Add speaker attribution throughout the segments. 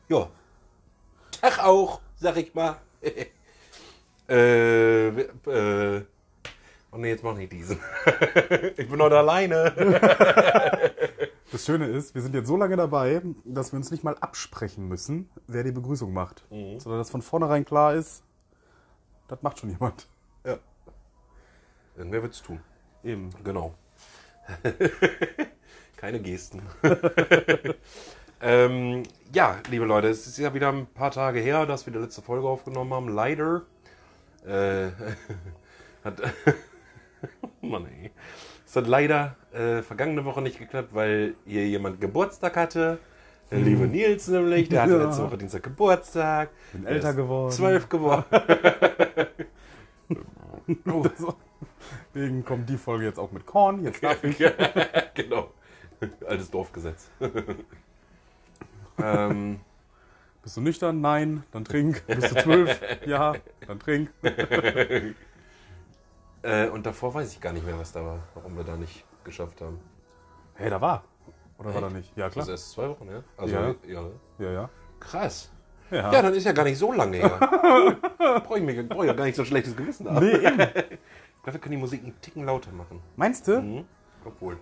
Speaker 1: Ja. Tag auch, sag ich mal. Oh ne, jetzt mach nicht diesen. Ich bin heute alleine.
Speaker 2: Das Schöne ist, wir sind jetzt so lange dabei, dass wir uns nicht mal absprechen müssen, wer die Begrüßung macht. Sondern dass von vornherein klar ist, das macht schon jemand.
Speaker 1: Ja. Irgendwer wird's tun.
Speaker 2: Eben.
Speaker 1: Genau. Keine Gesten. Ja, liebe Leute, es ist ja wieder ein paar Tage her, dass wir die letzte Folge aufgenommen haben. Leider hat Mann, ey. Es hat leider vergangene Woche nicht geklappt, weil hier jemand Geburtstag hatte. Der liebe Nils nämlich, der hatte letzte Woche Dienstag Geburtstag.
Speaker 2: Bin älter geworden.
Speaker 1: 12 geworden.
Speaker 2: Deswegen kommt die Folge jetzt auch mit Korn. Jetzt darf ich.
Speaker 1: Genau. Altes Dorfgesetz.
Speaker 2: Bist du nüchtern? Nein. Dann trink. Bist du 12? Ja. Dann trink.
Speaker 1: Und davor weiß ich gar nicht mehr, was da war, warum wir da nicht geschafft haben.
Speaker 2: Hey, da war. Oder war da nicht? Ja, klar.
Speaker 1: Das ist erst 2 Wochen, ja? Also,
Speaker 2: Ja.
Speaker 1: ja.
Speaker 2: Ja.
Speaker 1: Krass.
Speaker 2: Ja.
Speaker 1: Ja, dann ist ja gar nicht so lange her. Brauche ich ja gar nicht so ein schlechtes Gewissen haben.
Speaker 2: Nee, eben.
Speaker 1: Ich glaube, wir können die Musik einen Ticken lauter machen.
Speaker 2: Meinst du?
Speaker 1: Mhm. Obwohl.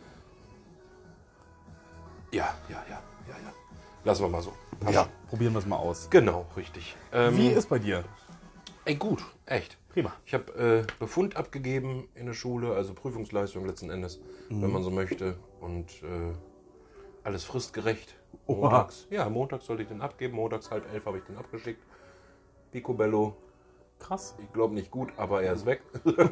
Speaker 1: Ja. Lassen wir mal so.
Speaker 2: Ja. Probieren wir es mal aus.
Speaker 1: Genau, richtig.
Speaker 2: Wie ist bei dir?
Speaker 1: Ey, gut, echt.
Speaker 2: Prima.
Speaker 1: Ich habe Befund abgegeben in der Schule, also Prüfungsleistung letzten Endes, wenn man so möchte. Und alles fristgerecht.
Speaker 2: Oha.
Speaker 1: Montags. Ja, montags sollte ich den abgeben. Montags 10:30 habe ich den abgeschickt. Picobello.
Speaker 2: Krass.
Speaker 1: Ich glaube nicht gut, aber er ist weg.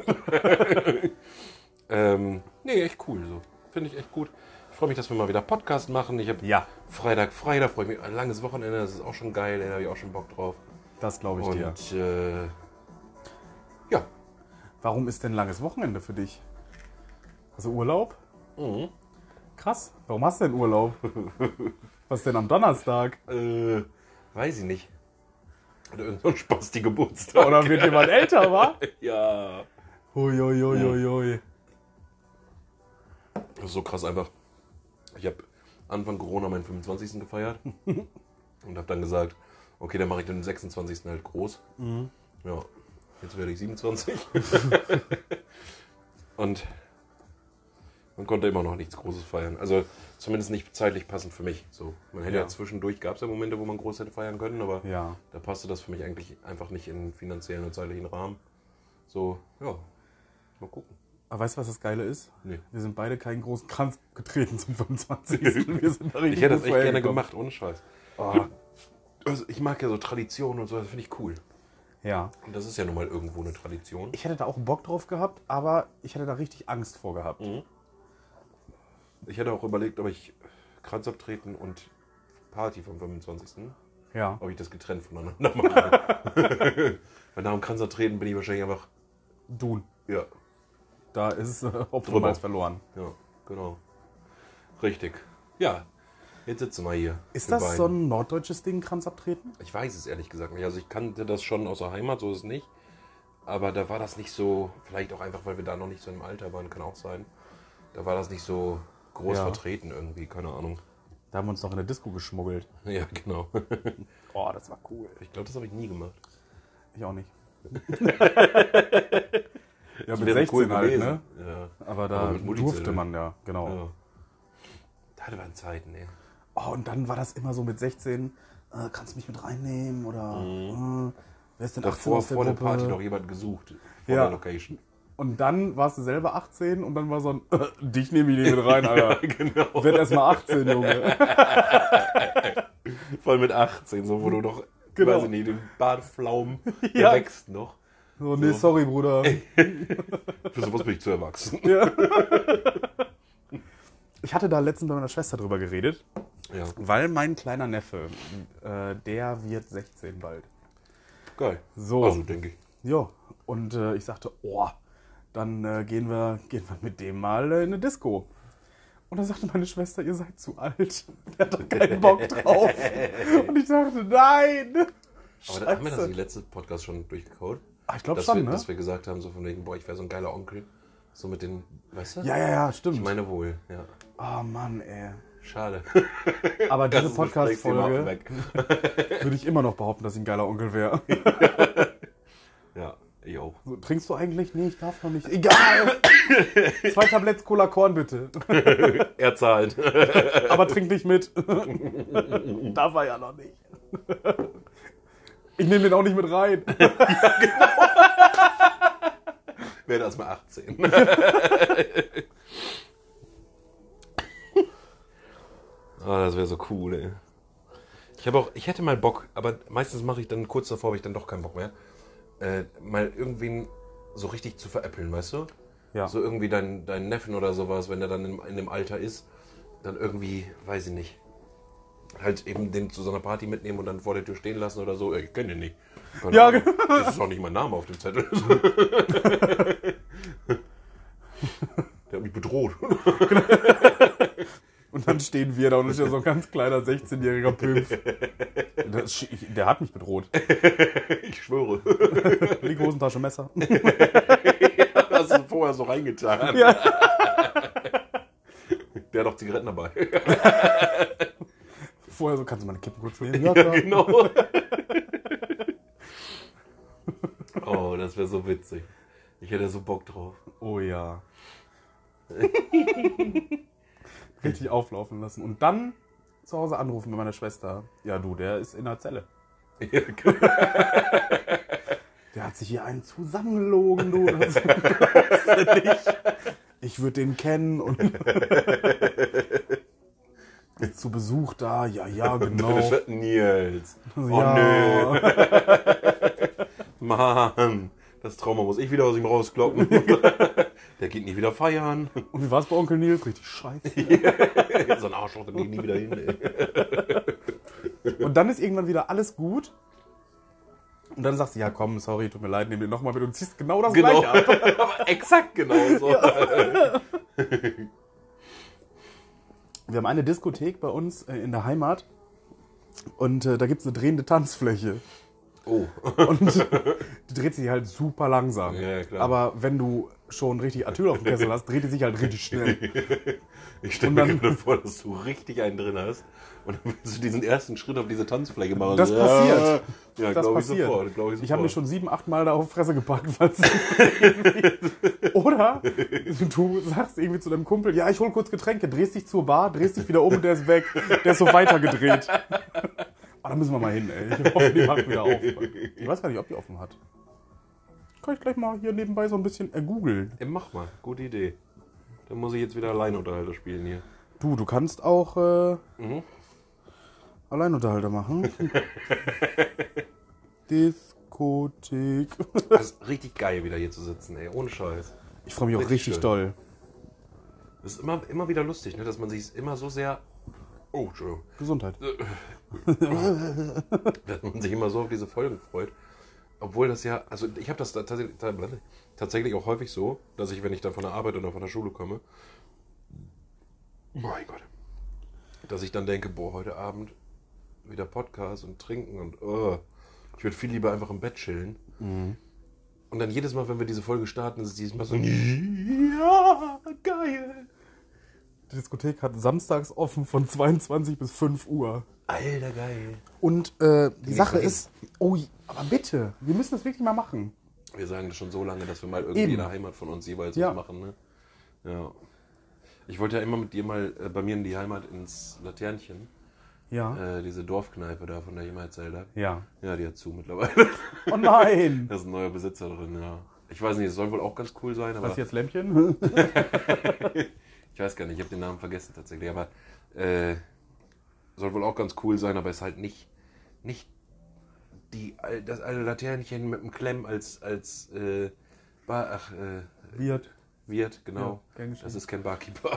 Speaker 1: Nee, echt cool so. Finde ich echt gut. Ich freue mich, dass wir mal wieder Podcast machen. Ich habe
Speaker 2: Ja.
Speaker 1: Freitag frei, da freue ich mich. Ein langes Wochenende, das ist auch schon geil. Da habe ich auch schon Bock drauf.
Speaker 2: Das glaube ich dir.
Speaker 1: Und ja.
Speaker 2: Warum ist denn langes Wochenende für dich? Also Urlaub?
Speaker 1: Mhm.
Speaker 2: Krass. Warum hast du denn Urlaub? Was denn am Donnerstag?
Speaker 1: Weiß ich nicht. Oder irgend so ein Spaß, die Geburtstag.
Speaker 2: Oder wird jemand älter, wa?
Speaker 1: Ja.
Speaker 2: Hui.
Speaker 1: Das ist so krass einfach. Ich habe Anfang Corona meinen 25. gefeiert und habe dann gesagt, okay, dann mache ich den 26. halt groß. Ja, jetzt werde ich 27. Und man konnte immer noch nichts Großes feiern. Also zumindest nicht zeitlich passend für mich. So, man hätte ja zwischendurch, gab es ja Momente, wo man groß hätte feiern können, aber
Speaker 2: Ja.
Speaker 1: da passte das für mich eigentlich einfach nicht in den finanziellen und zeitlichen Rahmen. So, ja, mal gucken.
Speaker 2: Aber weißt du, was das Geile ist?
Speaker 1: Nee.
Speaker 2: Wir sind beide keinen großen Kranz getreten zum 25. Wir sind da richtig
Speaker 1: Ich hätte das
Speaker 2: gut
Speaker 1: echt gerne
Speaker 2: vorhergekommen.
Speaker 1: gemacht, ohne Scheiß.
Speaker 2: Oh.
Speaker 1: Also ich mag ja so Traditionen und so, das finde ich cool.
Speaker 2: Ja.
Speaker 1: Und das ist ja nun mal irgendwo eine Tradition.
Speaker 2: Ich hätte da auch Bock drauf gehabt, aber ich hätte da richtig Angst vor gehabt.
Speaker 1: Ich hätte auch überlegt, ob ich Kranz abtreten und Party vom 25.
Speaker 2: Ja.
Speaker 1: Ob ich das getrennt voneinander mache. Weil nach dem Kranz abtreten bin ich wahrscheinlich einfach,
Speaker 2: Du.
Speaker 1: ja,
Speaker 2: Da ist Hopfen
Speaker 1: Drüber.
Speaker 2: und verloren.
Speaker 1: ja, genau. Richtig. Ja, jetzt sitzen wir hier.
Speaker 2: Ist
Speaker 1: wir
Speaker 2: das
Speaker 1: beiden.
Speaker 2: so ein norddeutsches Ding, Kranz abtreten?
Speaker 1: Ich weiß es ehrlich gesagt nicht. Also ich kannte das schon aus der Heimat, so ist es nicht. Aber da war das nicht so, vielleicht auch einfach, weil wir da noch nicht so im Alter waren, kann auch sein. Da war das nicht so groß
Speaker 2: Ja.
Speaker 1: vertreten irgendwie, keine Ahnung.
Speaker 2: Da haben wir uns noch in der Disco geschmuggelt.
Speaker 1: Ja, genau.
Speaker 2: Oh, das war cool.
Speaker 1: Ich glaube, das habe ich nie gemacht.
Speaker 2: Ich auch nicht. Ja, mit
Speaker 1: Wäre
Speaker 2: 16
Speaker 1: cool
Speaker 2: halt,
Speaker 1: gewesen.
Speaker 2: ne?
Speaker 1: Ja.
Speaker 2: Aber da
Speaker 1: Aber mit Mutti-Zelle.
Speaker 2: durfte man ja, genau.
Speaker 1: Ja. Da waren Zeiten, ey.
Speaker 2: Oh, und dann war das immer so mit 16, kannst du mich mit reinnehmen oder wer ist denn 18
Speaker 1: Davor
Speaker 2: aus der
Speaker 1: vor der
Speaker 2: Gruppe?
Speaker 1: Party noch jemand gesucht. Vor
Speaker 2: Ja.
Speaker 1: der Location.
Speaker 2: Und dann warst du selber 18 und dann war so ein, dich nehme ich nicht mit rein, Alter.
Speaker 1: Genau.
Speaker 2: Werd erst mal 18, Junge.
Speaker 1: Voll mit 18, so wo du noch,
Speaker 2: Genau.
Speaker 1: weiß ich nicht, den Bartpflaumen, der
Speaker 2: Ja.
Speaker 1: wächst noch.
Speaker 2: So, nee, sorry, Bruder.
Speaker 1: Für sowas bin ich zu erwachsen.
Speaker 2: Ja. Ich hatte da letztens bei meiner Schwester drüber geredet,
Speaker 1: Ja,
Speaker 2: weil mein kleiner Neffe, der wird 16 bald.
Speaker 1: geil.
Speaker 2: So.
Speaker 1: Also denke ich.
Speaker 2: Ja, und ich sagte, oh, dann gehen wir mit dem mal in eine Disco. Und dann sagte meine Schwester, ihr seid zu alt. Der hat doch keinen Bock drauf. Und ich dachte, nein.
Speaker 1: Aber da haben wir das in die letzte Podcast schon durchgekaut.
Speaker 2: Ah, ich glaube
Speaker 1: Dass,
Speaker 2: schon,
Speaker 1: wir,
Speaker 2: ne?
Speaker 1: dass wir gesagt haben, so von wegen, boah, ich wäre so ein geiler Onkel. So mit den, weißt du?
Speaker 2: Ja,
Speaker 1: Ich
Speaker 2: stimmt.
Speaker 1: meine wohl, ja.
Speaker 2: Oh Mann, ey.
Speaker 1: Schade.
Speaker 2: Aber
Speaker 1: Das
Speaker 2: diese
Speaker 1: ist ein Gesprächsthema
Speaker 2: Podcast-Folge
Speaker 1: weg.
Speaker 2: würde ich immer noch behaupten, dass ich ein geiler Onkel wäre.
Speaker 1: Ja, ich auch.
Speaker 2: So, trinkst du eigentlich? Nee, ich darf noch nicht. Egal! 2 Tabletts Cola Korn bitte.
Speaker 1: Er zahlt.
Speaker 2: Aber trink nicht mit. Darf er ja noch nicht. Ich nehme den auch nicht mit rein.
Speaker 1: Werde erst mal 18. Das wäre so cool, ey. Ich hätte mal Bock, aber meistens mache ich dann kurz davor, habe ich dann doch keinen Bock mehr, mal irgendwen so richtig zu veräppeln, weißt du?
Speaker 2: Ja.
Speaker 1: So irgendwie deinen Neffen oder sowas, wenn er dann in dem Alter ist, dann irgendwie, weiß ich nicht, halt eben den zu so einer Party mitnehmen und dann vor der Tür stehen lassen oder so. Ich kenne den nicht. Keine
Speaker 2: Ja,
Speaker 1: Ahnung. Das ist auch nicht mein Name auf dem Zettel. Der hat mich bedroht.
Speaker 2: Und dann stehen wir da und ist ja so ein ganz kleiner 16-jähriger Pümpf. Der hat mich bedroht.
Speaker 1: Ich schwöre.
Speaker 2: Linke Hosentasche, Messer.
Speaker 1: Hast du vorher so reingetan.
Speaker 2: Ja.
Speaker 1: Der hat auch Zigaretten dabei.
Speaker 2: Vorher so, kannst du meine Kippen kurz nehmen? Ja, klar.
Speaker 1: Genau. Oh, das wäre so witzig. Ich hätte so Bock drauf.
Speaker 2: Oh ja. Richtig auflaufen lassen. Und dann zu Hause anrufen bei meiner Schwester. Ja, du, der ist in der Zelle.
Speaker 1: Ja,
Speaker 2: Der hat sich hier einen zusammengelogen, du. Das glaubst du nicht. Ich würde den kennen und ist zu Besuch da. Ja, genau.
Speaker 1: Nils. Oh
Speaker 2: Ja.
Speaker 1: nö. Mann, das Trauma muss ich wieder aus ihm rauskloppen. Der geht nie wieder feiern.
Speaker 2: Und wie war's bei Onkel Nils? Richtig scheiße.
Speaker 1: So ein Arschloch, der geht nie wieder hin. Ey.
Speaker 2: Und dann ist irgendwann wieder alles gut. Und dann sagst du, ja komm, sorry, tut mir leid, nimm den nochmal mit und ziehst genau das
Speaker 1: Genau.
Speaker 2: gleiche ab.
Speaker 1: Aber exakt genau so.
Speaker 2: Wir haben eine Diskothek bei uns in der Heimat und da gibt es eine drehende Tanzfläche.
Speaker 1: Oh.
Speaker 2: Und die dreht sich halt super langsam.
Speaker 1: Ja, klar.
Speaker 2: Aber wenn du schon richtig Atyl auf dem Kessel hast, dreht die sich halt richtig schnell.
Speaker 1: Ich stelle mir gerade vor, dass du richtig einen drin hast und dann willst du diesen ersten Schritt auf diese Tanzfläche machen.
Speaker 2: Das passiert.
Speaker 1: Ja,
Speaker 2: Das
Speaker 1: glaube
Speaker 2: passiert.
Speaker 1: ich sofort. Glaub
Speaker 2: Ich habe mich
Speaker 1: sofort.
Speaker 2: schon 7, 8 Mal da auf Fresse gepackt. Oder du sagst irgendwie zu deinem Kumpel, ja, ich hol kurz Getränke, drehst dich zur Bar, drehst dich wieder um und der ist weg. Der ist so weitergedreht. Ah, da müssen wir mal hin, ey. Ich hoffe, die macht wieder auf. Ich weiß gar nicht, ob die offen hat. Kann ich gleich mal hier nebenbei so ein bisschen googeln.
Speaker 1: Mach mal, gute Idee. Dann muss ich jetzt wieder Alleinunterhalter spielen hier.
Speaker 2: Du kannst auch Alleinunterhalter machen. Diskothek.
Speaker 1: Das ist richtig geil, wieder hier zu sitzen, ey. Ohne Scheiß.
Speaker 2: Ich freue mich auch richtig
Speaker 1: schön.
Speaker 2: doll.
Speaker 1: Das ist immer wieder lustig, ne? Dass man sich immer so sehr... Oh, Entschuldigung.
Speaker 2: Gesundheit.
Speaker 1: Dass man sich immer so auf diese Folgen freut. Obwohl das ja... Also ich habe das tatsächlich auch häufig so, dass ich, wenn ich dann von der Arbeit oder von der Schule komme... Mein Gott. Dass ich dann denke, boah, heute Abend wieder Podcast und trinken und... ich würde viel lieber einfach im Bett chillen.
Speaker 2: Mhm.
Speaker 1: Und dann jedes Mal, wenn wir diese Folge starten, ist es dieses Mal so... Ja, geil.
Speaker 2: Die Diskothek hat samstags offen von 22 bis 5 Uhr.
Speaker 1: Alter, geil.
Speaker 2: Und die Sache ist, oh, aber bitte, wir müssen das wirklich mal machen.
Speaker 1: Wir sagen das schon so lange, dass wir mal irgendwie
Speaker 2: Eben.
Speaker 1: in der Heimat von uns jeweils
Speaker 2: Ja.
Speaker 1: was machen, ne? Ja. Ich wollte ja immer mit dir mal bei mir in die Heimat ins Laternchen.
Speaker 2: Ja.
Speaker 1: Diese Dorfkneipe da, von der ich immer erzählt habe.
Speaker 2: Ja.
Speaker 1: Ja, die hat zu mittlerweile.
Speaker 2: Oh nein!
Speaker 1: Da ist ein neuer Besitzer drin, ja. Ich weiß nicht, es soll wohl auch ganz cool sein, aber...
Speaker 2: Was jetzt, Lämpchen?
Speaker 1: Ich weiß gar nicht, ich habe den Namen vergessen tatsächlich, aber soll wohl auch ganz cool sein, aber ist halt nicht das alte Laternchen mit dem Klemm als Wirt, genau.
Speaker 2: Ja, gern geschehen.
Speaker 1: Das ist kein Barkeeper.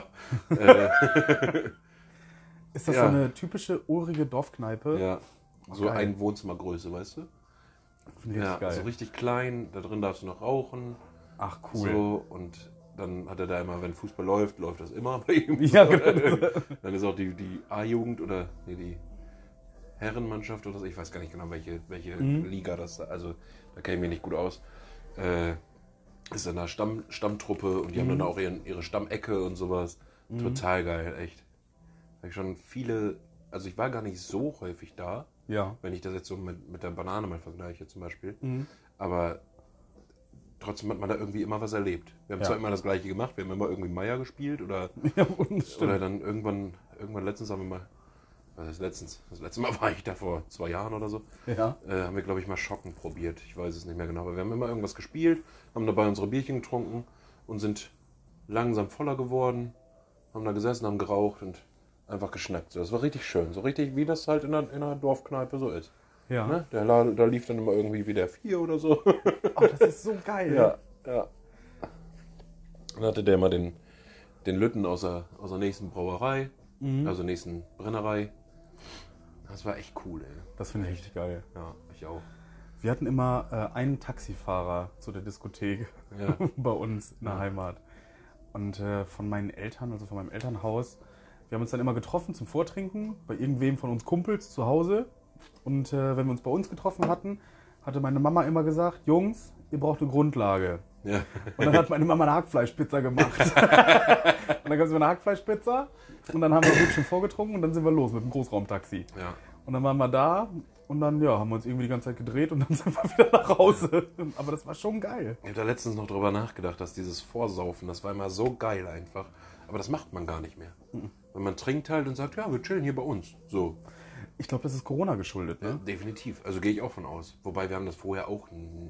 Speaker 2: Ist das
Speaker 1: Ja.
Speaker 2: so eine typische urige Dorfkneipe?
Speaker 1: Ja, so
Speaker 2: geil.
Speaker 1: ein Wohnzimmergröße, weißt du?
Speaker 2: Finde ich
Speaker 1: Ja,
Speaker 2: richtig geil.
Speaker 1: so richtig klein, da drin darfst du noch rauchen.
Speaker 2: Ach, cool.
Speaker 1: So, und dann hat er da immer, wenn Fußball läuft das immer bei ihm.
Speaker 2: Ja, genau.
Speaker 1: Dann ist auch die A-Jugend oder die Herrenmannschaft oder so, ich weiß gar nicht genau, welche Liga das da, also da kenne ich mich nicht gut aus. Ist dann da Stammtruppe und die haben dann auch ihre Stammecke und sowas. Total geil, echt. Habe ich schon viele, also ich war gar nicht so häufig da,
Speaker 2: Ja.
Speaker 1: wenn ich das jetzt so mit der Banane mal vergleiche zum Beispiel. Aber trotzdem hat man da irgendwie immer was erlebt. Wir haben zwar immer das Gleiche gemacht, wir haben immer irgendwie Meier gespielt oder dann irgendwann letztens haben wir mal, was heißt letztens? Das letzte Mal war ich da vor 2 Jahren oder so.
Speaker 2: Ja.
Speaker 1: Haben wir, glaube ich, mal Schocken probiert. Ich weiß es nicht mehr genau, aber wir haben immer irgendwas gespielt, haben dabei unsere Bierchen getrunken und sind langsam voller geworden, haben da gesessen, haben geraucht und einfach geschnackt. So, das war richtig schön, so richtig, wie das halt in einer Dorfkneipe so ist.
Speaker 2: Ja.
Speaker 1: Ne? Da lief dann immer irgendwie wieder 4 oder so.
Speaker 2: Oh, das ist so geil.
Speaker 1: Ja. Dann hatte der mal den Lütten aus der nächsten Brauerei, also nächsten Brennerei. Das war echt cool, ey.
Speaker 2: Das finde ich richtig geil.
Speaker 1: Ja, ich auch.
Speaker 2: Wir hatten immer einen Taxifahrer zu der Diskothek bei uns in der Heimat. Und von meinen Eltern, also von meinem Elternhaus, wir haben uns dann immer getroffen zum Vortrinken bei irgendwem von uns Kumpels zu Hause. Und wenn wir uns bei uns getroffen hatten, hatte meine Mama immer gesagt, Jungs, ihr braucht eine Grundlage.
Speaker 1: Ja.
Speaker 2: Und dann hat meine Mama eine Hackfleischpizza gemacht. Und dann gab es eine Hackfleischpizza und dann haben wir gut schon vorgetrunken und dann sind wir los mit dem Großraumtaxi.
Speaker 1: Ja.
Speaker 2: Und dann waren wir da und dann haben wir uns irgendwie die ganze Zeit gedreht und dann sind wir wieder nach Hause. Aber das war schon geil.
Speaker 1: Ich habe da letztens noch drüber nachgedacht, dass dieses Vorsaufen, das war immer so geil einfach. Aber das macht man gar nicht mehr. Wenn man trinkt halt und sagt, ja, wir chillen hier bei uns. So.
Speaker 2: Ich glaube, das ist Corona geschuldet, ne?
Speaker 1: Definitiv. Also gehe ich auch von aus. Wobei wir haben das vorher auch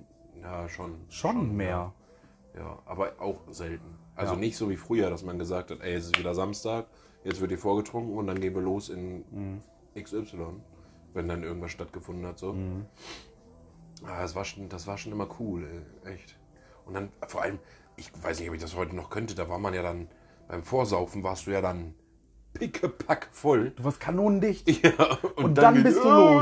Speaker 1: schon
Speaker 2: mehr.
Speaker 1: Ja, aber auch selten. Also nicht so wie früher, dass man gesagt hat, ey, es ist wieder Samstag, jetzt wird hier vorgetrunken und dann gehen wir los in XY, wenn dann irgendwas stattgefunden hat. So. Das war schon immer cool, ey. Echt. Und dann vor allem, ich weiß nicht, ob ich das heute noch könnte, da war man ja dann, beim Vorsaufen warst du ja dann pickepack voll.
Speaker 2: Du warst kanonendicht.
Speaker 1: Ja,
Speaker 2: und dann bist du los.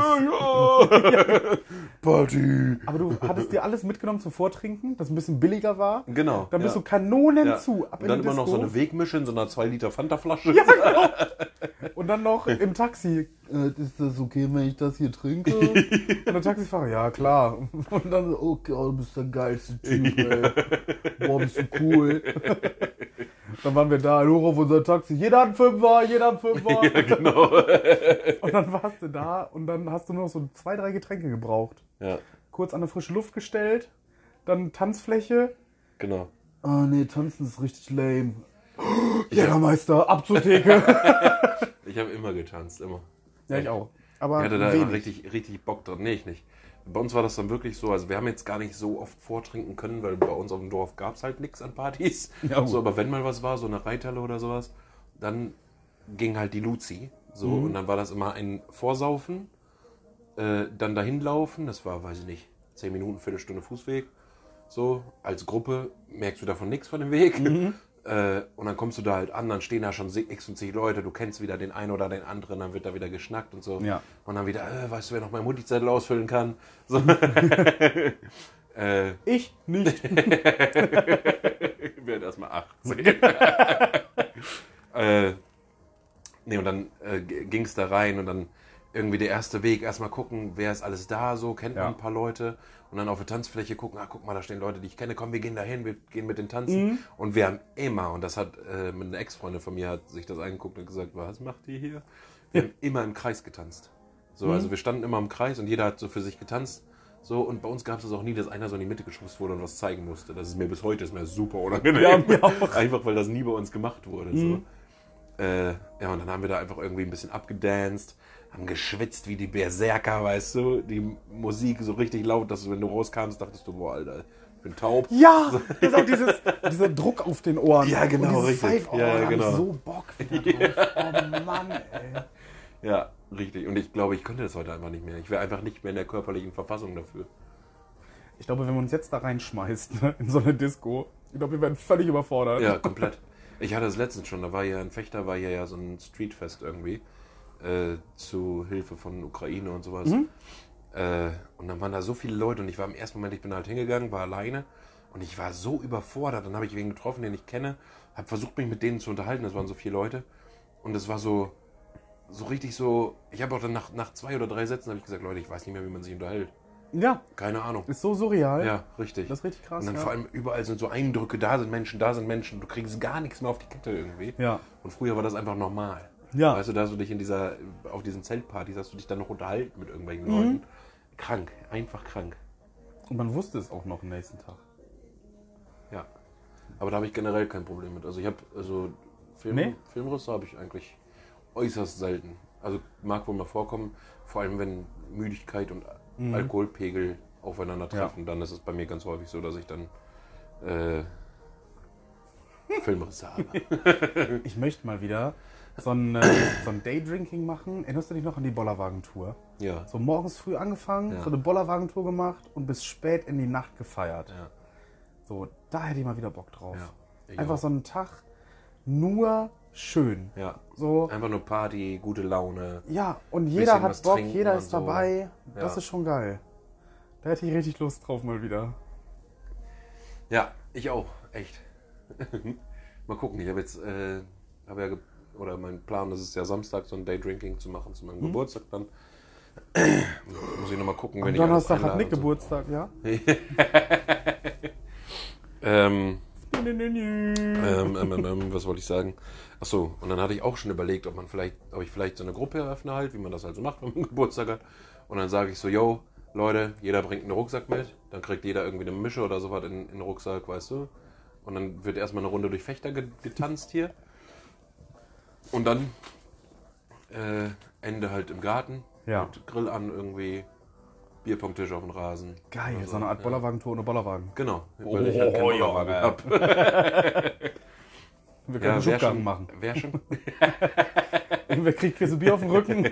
Speaker 1: Ja. Party.
Speaker 2: Aber du hattest dir alles mitgenommen zum Vortrinken, das ein bisschen billiger war.
Speaker 1: Genau.
Speaker 2: Dann bist du Kanonen zu. Ab
Speaker 1: Und dann
Speaker 2: in die
Speaker 1: immer noch so
Speaker 2: Disco.
Speaker 1: eine Wegmische in so einer 2 Liter Fanta-Flasche.
Speaker 2: Ja, genau. Und dann noch im Taxi. Ist das okay, wenn ich das hier trinke? Und der Taxifahrer, ja klar. Und dann so, okay, du bist der geilste Typ, ey. Boah, bist du cool. Dann waren wir da, hoch auf unser Taxi. Jeder hat einen Fünfer.
Speaker 1: Ja, genau.
Speaker 2: Und dann warst du da und dann hast du nur noch so 2, 3 Getränke gebraucht.
Speaker 1: Ja,
Speaker 2: Kurz an der frische Luft gestellt, dann Tanzfläche.
Speaker 1: genau.
Speaker 2: Ah nee, tanzen ist richtig lame. Jägermeister, ab zur Theke.
Speaker 1: Ich habe immer getanzt, immer.
Speaker 2: Ja, ich auch. Aber
Speaker 1: Ich hatte da immer
Speaker 2: wenig.
Speaker 1: richtig Bock dran. Nee, ich nicht. Bei uns war das dann wirklich so, also wir haben jetzt gar nicht so oft vortrinken können, weil bei uns auf dem Dorf gab es halt nichts an Partys.
Speaker 2: Ja, gut.
Speaker 1: So, aber wenn mal was war, so eine Reithalle oder sowas, dann ging halt die Luzi. So, und dann war das immer ein Vorsaufen, dann dahin laufen, das war, weiß ich nicht, 10 Minuten, Viertelstunde Fußweg. So, als Gruppe merkst du davon nichts von dem Weg. Und dann kommst du da halt an, dann stehen da schon x und zig Leute, du kennst wieder den einen oder den anderen, dann wird da wieder geschnackt und so.
Speaker 2: Ja.
Speaker 1: Und dann wieder, weißt du, wer noch meinen Mutti-Zettel ausfüllen kann? So.
Speaker 2: Ich nicht.
Speaker 1: Ich werde erstmal 18. Nee, und dann ging es da rein und dann irgendwie der erste Weg, erstmal gucken, wer ist alles da, so, kennt man ein paar Leute. Und dann auf der Tanzfläche gucken, guck mal, da stehen Leute, die ich kenne, komm, wir gehen da hin, wir gehen mit den tanzen. Und wir haben immer, und das hat mit einer Ex-Freundin von mir, hat sich das angeguckt und gesagt, was macht die hier? Wir haben immer im Kreis getanzt. So, also wir standen immer im Kreis und jeder hat so für sich getanzt. So, und bei uns gab es das auch nie, dass einer so in die Mitte geschubst wurde und was zeigen musste. Das ist mir bis heute super unangenehm.
Speaker 2: Ja, mir auch.
Speaker 1: Einfach, weil das nie bei uns gemacht wurde. So. Ja, und dann haben wir da einfach irgendwie ein bisschen abgedanced, haben geschwitzt wie die Berserker, weißt du, die Musik so richtig laut, dass du, wenn du rauskamst, dachtest du, boah, Alter, ich bin taub.
Speaker 2: Ja, das ist auch dieser Druck auf den Ohren.
Speaker 1: Ja, genau,
Speaker 2: und
Speaker 1: richtig.
Speaker 2: Pfeif,
Speaker 1: Ja,
Speaker 2: da hab
Speaker 1: genau.
Speaker 2: ich so Bock wieder drauf. Oh Mann, ey.
Speaker 1: Ja, richtig. Und ich glaube, ich könnte das heute einfach nicht mehr. Ich wäre einfach nicht mehr in der körperlichen Verfassung dafür.
Speaker 2: Ich glaube, wenn man uns jetzt da reinschmeißt, ne, in so eine Disco, ich glaube, wir werden völlig überfordert.
Speaker 1: Ja, komplett. Ich hatte es letztens schon, da war ja in Fechter, war ja so ein Streetfest irgendwie, zu Hilfe von Ukraine und sowas. Und dann waren da so viele Leute und ich war im ersten Moment, ich bin halt hingegangen, war alleine und ich war so überfordert. Dann habe ich wen getroffen, den ich kenne, habe versucht, mich mit denen zu unterhalten, das waren so 4 Leute und es war so richtig so, ich habe auch dann nach 2 oder 3 Sätzen habe ich gesagt, Leute, ich weiß nicht mehr, wie man sich unterhält.
Speaker 2: Ja,
Speaker 1: Keine Ahnung.
Speaker 2: ist so surreal.
Speaker 1: Ja, richtig.
Speaker 2: Das ist richtig krass.
Speaker 1: Und dann
Speaker 2: ja.
Speaker 1: vor allem überall sind so Eindrücke, da sind Menschen, du kriegst gar nichts mehr auf die Kette irgendwie.
Speaker 2: Ja.
Speaker 1: Und früher war das einfach normal.
Speaker 2: Ja.
Speaker 1: Weißt du, da hast du dich auf diesen Zeltpartys, hast du dich dann noch unterhalten mit irgendwelchen Leuten. Krank, einfach krank.
Speaker 2: Und man wusste es auch noch am nächsten Tag.
Speaker 1: Ja. Aber da habe ich generell kein Problem mit. Also ich habe, Filmrisse habe ich eigentlich äußerst selten. Also mag wohl mal vorkommen, vor allem wenn Müdigkeit und Alkoholpegel aufeinandertreffen, dann ist es bei mir ganz häufig so, dass ich dann Filmrisse habe.
Speaker 2: Ich möchte mal wieder so ein Daydrinking machen. Erinnerst du dich noch an die Bollerwagen-Tour?
Speaker 1: Ja.
Speaker 2: So morgens früh angefangen, so eine Bollerwagen-Tour gemacht und bis spät in die Nacht gefeiert.
Speaker 1: Ja.
Speaker 2: So, da hätte ich mal wieder Bock drauf.
Speaker 1: Ja,
Speaker 2: Einfach so einen Tag nur schön.
Speaker 1: Ja.
Speaker 2: So,
Speaker 1: Einfach nur Party, gute Laune.
Speaker 2: ja, und jeder hat
Speaker 1: was
Speaker 2: Bock,
Speaker 1: trinken
Speaker 2: jeder
Speaker 1: und
Speaker 2: ist
Speaker 1: so.
Speaker 2: dabei. Das
Speaker 1: Ja.
Speaker 2: ist schon geil. Da hätte ich richtig Lust drauf mal wieder.
Speaker 1: Ja, ich auch, echt. Mal gucken, ich habe jetzt, mein Plan ist es ja Samstag so ein Daydrinking zu machen zu meinem Geburtstag dann. Muss ich nochmal gucken,
Speaker 2: Am
Speaker 1: wenn ich alles
Speaker 2: Donnerstag hat
Speaker 1: einlade
Speaker 2: Nick
Speaker 1: und so.
Speaker 2: Geburtstag, ja?
Speaker 1: Was wollte ich sagen? Achso, und dann hatte ich auch schon überlegt, ob ich vielleicht so eine Gruppe eröffne halt, wie man das halt so macht, wenn man Geburtstag hat. Und dann sage ich so, yo, Leute, jeder bringt einen Rucksack mit, dann kriegt jeder irgendwie eine Mische oder sowas in den Rucksack, weißt du. Und dann wird erstmal eine Runde durch Fechter getanzt hier. Und dann Ende halt im Garten,
Speaker 2: Ja.
Speaker 1: mit Grill an irgendwie, Bierpongtisch auf dem Rasen.
Speaker 2: Geil,
Speaker 1: Oder
Speaker 2: so eine Art Bollerwagen-Tour ohne Bollerwagen.
Speaker 1: Genau, weil ich halt keinen Bollerwagen
Speaker 2: Junge.
Speaker 1: hab.
Speaker 2: Wir können einen Schubgang machen.
Speaker 1: Wär schon.
Speaker 2: Wer kriegt hier so Bier auf den Rücken?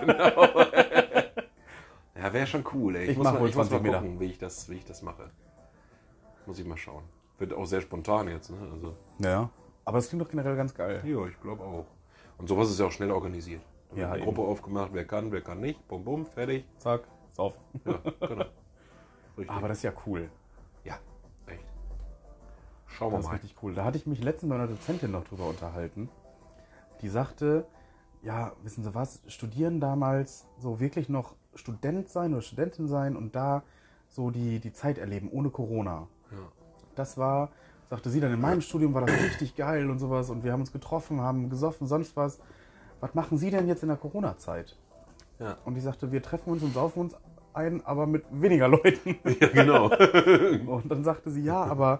Speaker 1: Ja, wäre schon cool, ey.
Speaker 2: Ich mach wohl 20
Speaker 1: mal
Speaker 2: Meter.
Speaker 1: gucken, wie ich das mache. Muss ich mal schauen. Wird auch sehr spontan jetzt, ne? Also,
Speaker 2: Ja, aber es klingt doch generell ganz geil.
Speaker 1: ja, ich glaube auch. Und sowas ist ja auch schnell organisiert. Da wird
Speaker 2: Ja,
Speaker 1: eine
Speaker 2: eben.
Speaker 1: Gruppe aufgemacht, wer kann nicht. Bum, bum, fertig.
Speaker 2: Zack, sauf.
Speaker 1: Ja, genau. Richtig.
Speaker 2: Aber das ist ja cool.
Speaker 1: Ja, echt. Schauen
Speaker 2: Das
Speaker 1: wir
Speaker 2: ist
Speaker 1: mal.
Speaker 2: richtig cool. Da hatte ich mich letztens mit einer Dozentin noch drüber unterhalten. Die sagte, ja, wissen Sie was, studieren damals, so wirklich noch Student sein oder Studentin sein und da so die Zeit erleben, ohne Corona.
Speaker 1: Ja.
Speaker 2: Das war, sagte sie dann, in meinem Studium war das richtig geil und sowas und wir haben uns getroffen, haben gesoffen, sonst was. Was machen Sie denn jetzt in der Corona-Zeit?
Speaker 1: Ja.
Speaker 2: Und die sagte, wir treffen uns und saufen uns ein, aber mit weniger Leuten.
Speaker 1: Ja, genau.
Speaker 2: Und dann sagte sie, ja, aber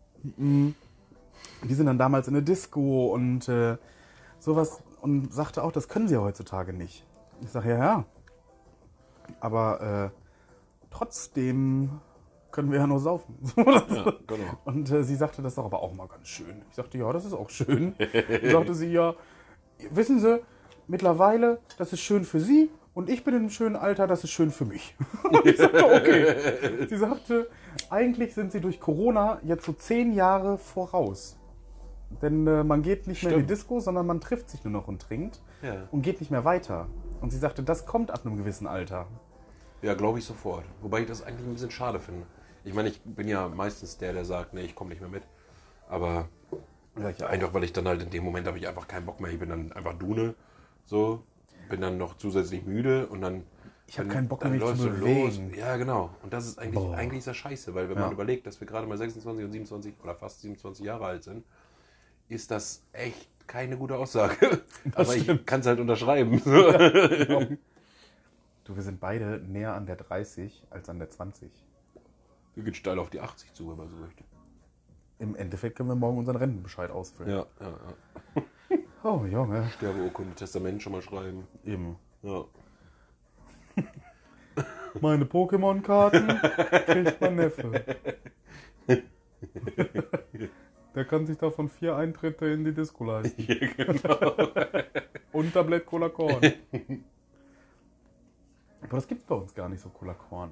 Speaker 2: die sind dann damals in der Disco und sowas und sagte auch, das können sie ja heutzutage nicht. Ich sage, ja. Aber trotzdem können wir ja nur saufen.
Speaker 1: Ja, genau.
Speaker 2: Und sie sagte, das ist doch aber auch mal ganz schön. Ich sagte, ja, das ist auch schön. Sagte sie, ja, wissen Sie, mittlerweile, das ist schön für Sie und ich bin in einem schönen Alter, das ist schön für mich. Und ich sagte, okay. Sie sagte, eigentlich sind Sie durch Corona jetzt so 10 Jahre voraus. Denn man geht nicht mehr in die
Speaker 1: Stimmt.
Speaker 2: Disco, sondern man trifft sich nur noch und trinkt
Speaker 1: Ja.
Speaker 2: und geht nicht mehr weiter. Und sie sagte, das kommt ab einem gewissen Alter.
Speaker 1: Ja, glaube ich sofort. Wobei ich das eigentlich ein bisschen schade finde. Ich meine, ich bin ja meistens der sagt, nee, ich komme nicht mehr mit. Aber
Speaker 2: Ja,
Speaker 1: einfach, weil ich dann halt in dem Moment habe ich einfach keinen Bock mehr. Ich bin dann einfach Dune, so, bin dann noch zusätzlich müde und dann...
Speaker 2: Ich habe
Speaker 1: dann-
Speaker 2: keinen Bock mehr,
Speaker 1: dann
Speaker 2: mich zu
Speaker 1: läufst du
Speaker 2: bewegen.
Speaker 1: los. Ja, genau. Und das ist eigentlich ist das scheiße, weil wenn man
Speaker 2: Ja.
Speaker 1: überlegt, dass wir gerade mal 26 und 27 oder fast 27 Jahre alt sind, ist das echt keine gute Aussage. Aber ich kann es halt unterschreiben.
Speaker 2: Genau. Du, wir sind beide näher an der 30 als an der 20.
Speaker 1: Wir gehen steil auf die 80 zu, wenn man so möchte.
Speaker 2: Im Endeffekt können wir morgen unseren Rentenbescheid ausfüllen.
Speaker 1: Ja.
Speaker 2: Oh, Junge.
Speaker 1: Sterbeurkunde, Testament schon mal schreiben.
Speaker 2: Eben.
Speaker 1: Ja.
Speaker 2: Meine Pokémon-Karten kriegt mein Neffe. Der kann sich davon 4 Eintritte in die Disco leisten.
Speaker 1: Ja, genau.
Speaker 2: Und Tablett Cola Korn. Aber das gibt's bei uns gar nicht so, Cola Korn.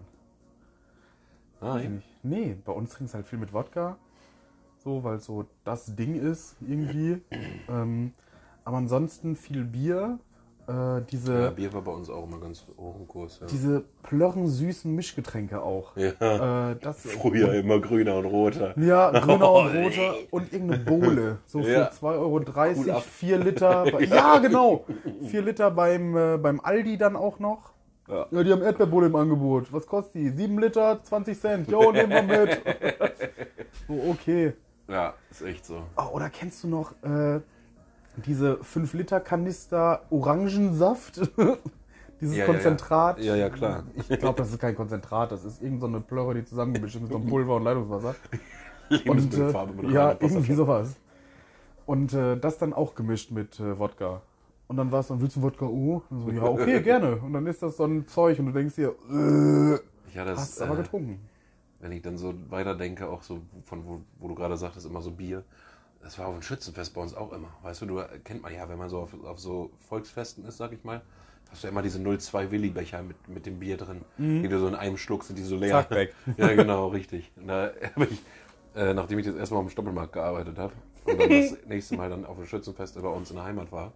Speaker 1: Nein.
Speaker 2: Nee, bei uns trinken es halt viel mit Wodka. So, weil es so das Ding ist irgendwie. Aber ansonsten viel Bier.
Speaker 1: Ja,
Speaker 2: Diese
Speaker 1: Bier war bei uns auch immer ganz hoch im Kurs. Ja.
Speaker 2: diese plörrensüßen Mischgetränke auch.
Speaker 1: Ja.
Speaker 2: Das
Speaker 1: Früher immer grüner und roter.
Speaker 2: Ja, grüner und roter und irgendeine Bohle. So für
Speaker 1: Ja.
Speaker 2: 2,30
Speaker 1: Cool
Speaker 2: Euro,
Speaker 1: ab.
Speaker 2: 4 Liter. Ja, genau. 4 Liter beim Aldi dann auch noch.
Speaker 1: Ja.
Speaker 2: Ja, die haben Erdbeerbohle im Angebot. Was kostet die? 7 Liter, 20 Cent. Jo, nehmen wir mit. So, okay.
Speaker 1: Ja, ist echt so.
Speaker 2: Oh, oder kennst du noch diese 5-Liter-Kanister Orangensaft, dieses Konzentrat.
Speaker 1: Ja, klar.
Speaker 2: Ich glaube, das ist kein Konzentrat, das ist irgend so eine Plörre, die zusammengemischt ist mit so einem Pulver und Leitungswasser. Und ja, irgendwie sowas. Und das dann auch gemischt mit Wodka. Und dann war es dann, willst du Wodka? Und so, ja, okay, gerne. Und dann ist das so ein Zeug und du denkst dir, hast aber getrunken.
Speaker 1: Wenn ich dann so weiterdenke, auch so von wo du gerade sagtest, immer so Bier. Das war auf dem Schützenfest bei uns auch immer. Weißt du, kennt man ja, wenn man so auf so Volksfesten ist, sag ich mal, hast du ja immer diese 0,2 Willi-Becher mit dem Bier drin. Die du so in einem Schluck sind die so leer.
Speaker 2: Zack, weg.
Speaker 1: Ja, genau, richtig. Und da habe ich, nachdem ich das erste Mal auf dem Stoppelmarkt gearbeitet habe und dann das nächste Mal dann auf dem Schützenfest bei uns in der Heimat war,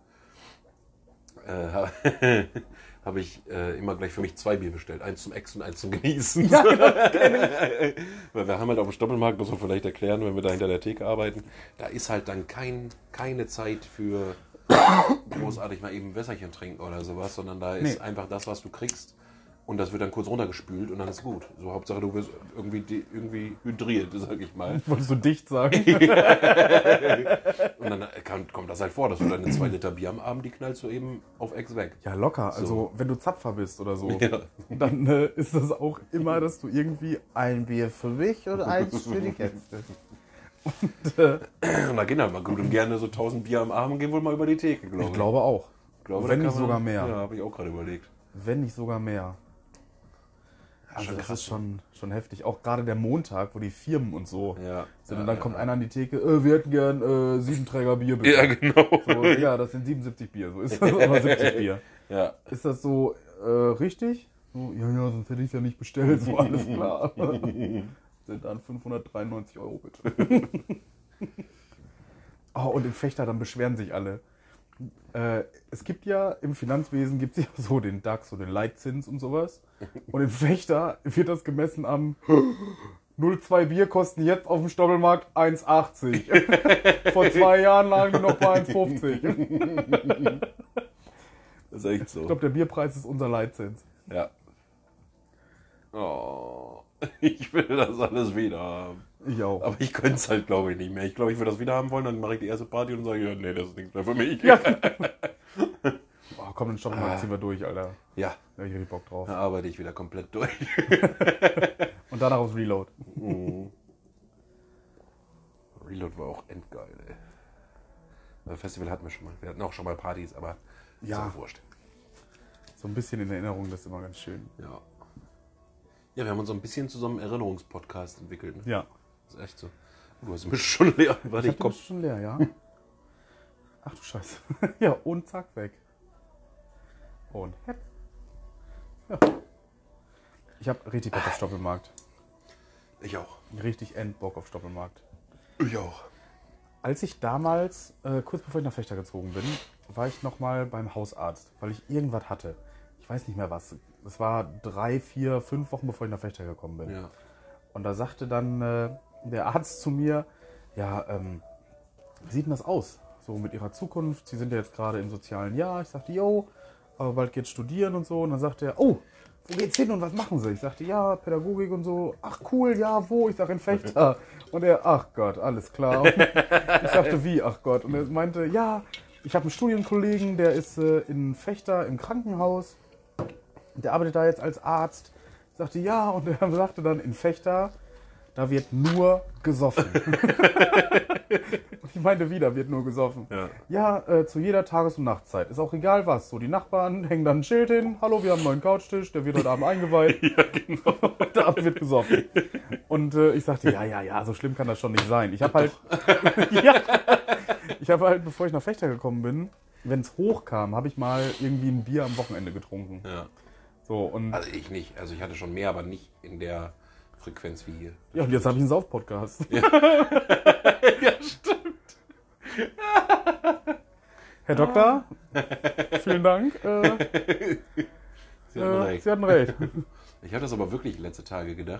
Speaker 1: habe ich immer gleich für mich 2 Bier bestellt. 1 zum Ex und 1 zum Genießen.
Speaker 2: Ja, das kenn ich.
Speaker 1: Weil wir haben halt auf dem Stoppelmarkt, muss man vielleicht erklären, wenn wir da hinter der Theke arbeiten, da ist halt dann keine Zeit für großartig mal eben ein Wässerchen trinken oder sowas, sondern da ist einfach das, was du kriegst. Und das wird dann kurz runtergespült und dann ist gut. So Hauptsache, du wirst irgendwie hydriert, sag ich mal.
Speaker 2: Wolltest du dicht sagen?
Speaker 1: Und dann kommt das halt vor, dass du deine 2 Liter Bier am Abend, die knallst du eben auf Ex weg.
Speaker 2: Ja, locker. So. Also, wenn du Zapfer bist oder so,
Speaker 1: ja.
Speaker 2: dann ist das auch immer, dass du irgendwie ein Bier für mich und 1 für die Gäste.
Speaker 1: Und da gehen halt mal gut und gerne so 1000 Bier am Abend gehen wohl mal über die Theke, glaube ich.
Speaker 2: Ich glaube auch. Wenn nicht sogar mehr.
Speaker 1: Ja, habe ich auch gerade überlegt.
Speaker 2: Wenn nicht sogar mehr. Also das ist schon heftig. Auch gerade der Montag, wo die Firmen und so sind. Und dann kommt einer an die Theke, wir hätten gern 7 Träger Bier bitte.
Speaker 1: Ja, genau.
Speaker 2: So, ja, das sind 77 Bier. So ist das, aber 70 Bier.
Speaker 1: Ja.
Speaker 2: Ist das so richtig? So, ja, sonst hätte ich es ja nicht bestellt. So, alles klar. Sind dann 593 € bitte. Oh, und im Fechter, dann beschweren sich alle. Es gibt ja im Finanzwesen gibt's ja so den DAX und den Leitzins und sowas. Und im Fechter wird das gemessen am 0,2 Bier kosten jetzt auf dem Stoppelmarkt 1,80. Vor 2 Jahren lagen die noch bei 1,50.
Speaker 1: Das ist echt so.
Speaker 2: Ich glaube, der Bierpreis ist unser Leitzins.
Speaker 1: Ja. Oh, ich will das alles wieder haben.
Speaker 2: Ich auch.
Speaker 1: Aber ich könnte es halt, glaube ich, nicht mehr. Ich glaube, ich würde das wieder haben wollen, dann mache ich die erste Party und sage, ja, nee, das ist nichts mehr für mich.
Speaker 2: Ja. Oh, komm, den Stoppelmarkt ziehen wir durch, Alter.
Speaker 1: Ja.
Speaker 2: Da hab ich richtig Bock drauf.
Speaker 1: Da arbeite ich wieder komplett durch.
Speaker 2: Und danach aufs Reload.
Speaker 1: Reload war auch endgeil, ey. Das Festival hatten wir schon mal. Wir hatten auch schon mal Partys, aber ist auch wurscht.
Speaker 2: So ein bisschen in Erinnerung, das ist immer ganz schön.
Speaker 1: Ja. Ja, wir haben uns so ein bisschen zu so einem Erinnerungspodcast entwickelt. Ne?
Speaker 2: Ja.
Speaker 1: Das ist echt so. Du hast mich schon leer. Warte,
Speaker 2: ich komm schon leer, ja. Ach du Scheiße. Ja, und zack, weg. Und hepp. Ja. Ich habe richtig Bock auf Stoppelmarkt.
Speaker 1: Ich auch.
Speaker 2: Richtig Endbock auf Stoppelmarkt.
Speaker 1: Ich auch.
Speaker 2: Als ich damals, kurz bevor ich nach Fechter gezogen bin, war ich nochmal beim Hausarzt, weil ich irgendwas hatte. Ich weiß nicht mehr was. Das war 3, 4, 5 Wochen, bevor ich nach Fechter gekommen bin.
Speaker 1: Ja.
Speaker 2: Und da sagte dann der Arzt zu mir, ja, wie sieht denn das aus? So mit Ihrer Zukunft, Sie sind ja jetzt gerade im sozialen Jahr. Ich sagte, jo, aber bald geht's studieren und so. Und dann sagte er, oh, wo geht's hin und was machen Sie? Ich sagte, ja, Pädagogik und so. Ach cool, ja, wo? Ich sag, in Fechter. Und er, ach Gott, alles klar. Und ich sagte, wie, ach Gott? Und er meinte, ja, ich habe einen Studienkollegen, der ist in Fechter im Krankenhaus. Der arbeitet da jetzt als Arzt. Ich sagte, ja, und er sagte dann, in Fechter, da wird nur gesoffen. Und ich meinte wieder, wird nur gesoffen. Ja, zu jeder Tages- und Nachtzeit. Ist auch egal was. So, die Nachbarn hängen dann ein Schild hin. Hallo, wir haben einen neuen Couchtisch, der wird heute Abend eingeweiht.
Speaker 1: Ja, genau.
Speaker 2: Heute Abend wird gesoffen. Und ich sagte, ja, so schlimm kann das schon nicht sein. Ich habe halt, bevor ich nach Fechter gekommen bin, wenn es hochkam, habe ich mal irgendwie ein Bier am Wochenende getrunken.
Speaker 1: Ja.
Speaker 2: So, und
Speaker 1: Also ich nicht. Also ich hatte schon mehr, aber nicht in der Frequenz wie hier.
Speaker 2: ja, und jetzt habe ich einen Sauf-Podcast.
Speaker 1: Ja. Ja, stimmt.
Speaker 2: Herr Doktor, vielen Dank.
Speaker 1: Sie hatten recht.
Speaker 2: Sie hatten recht.
Speaker 1: Ich hatte das aber wirklich letzte Tage gedacht.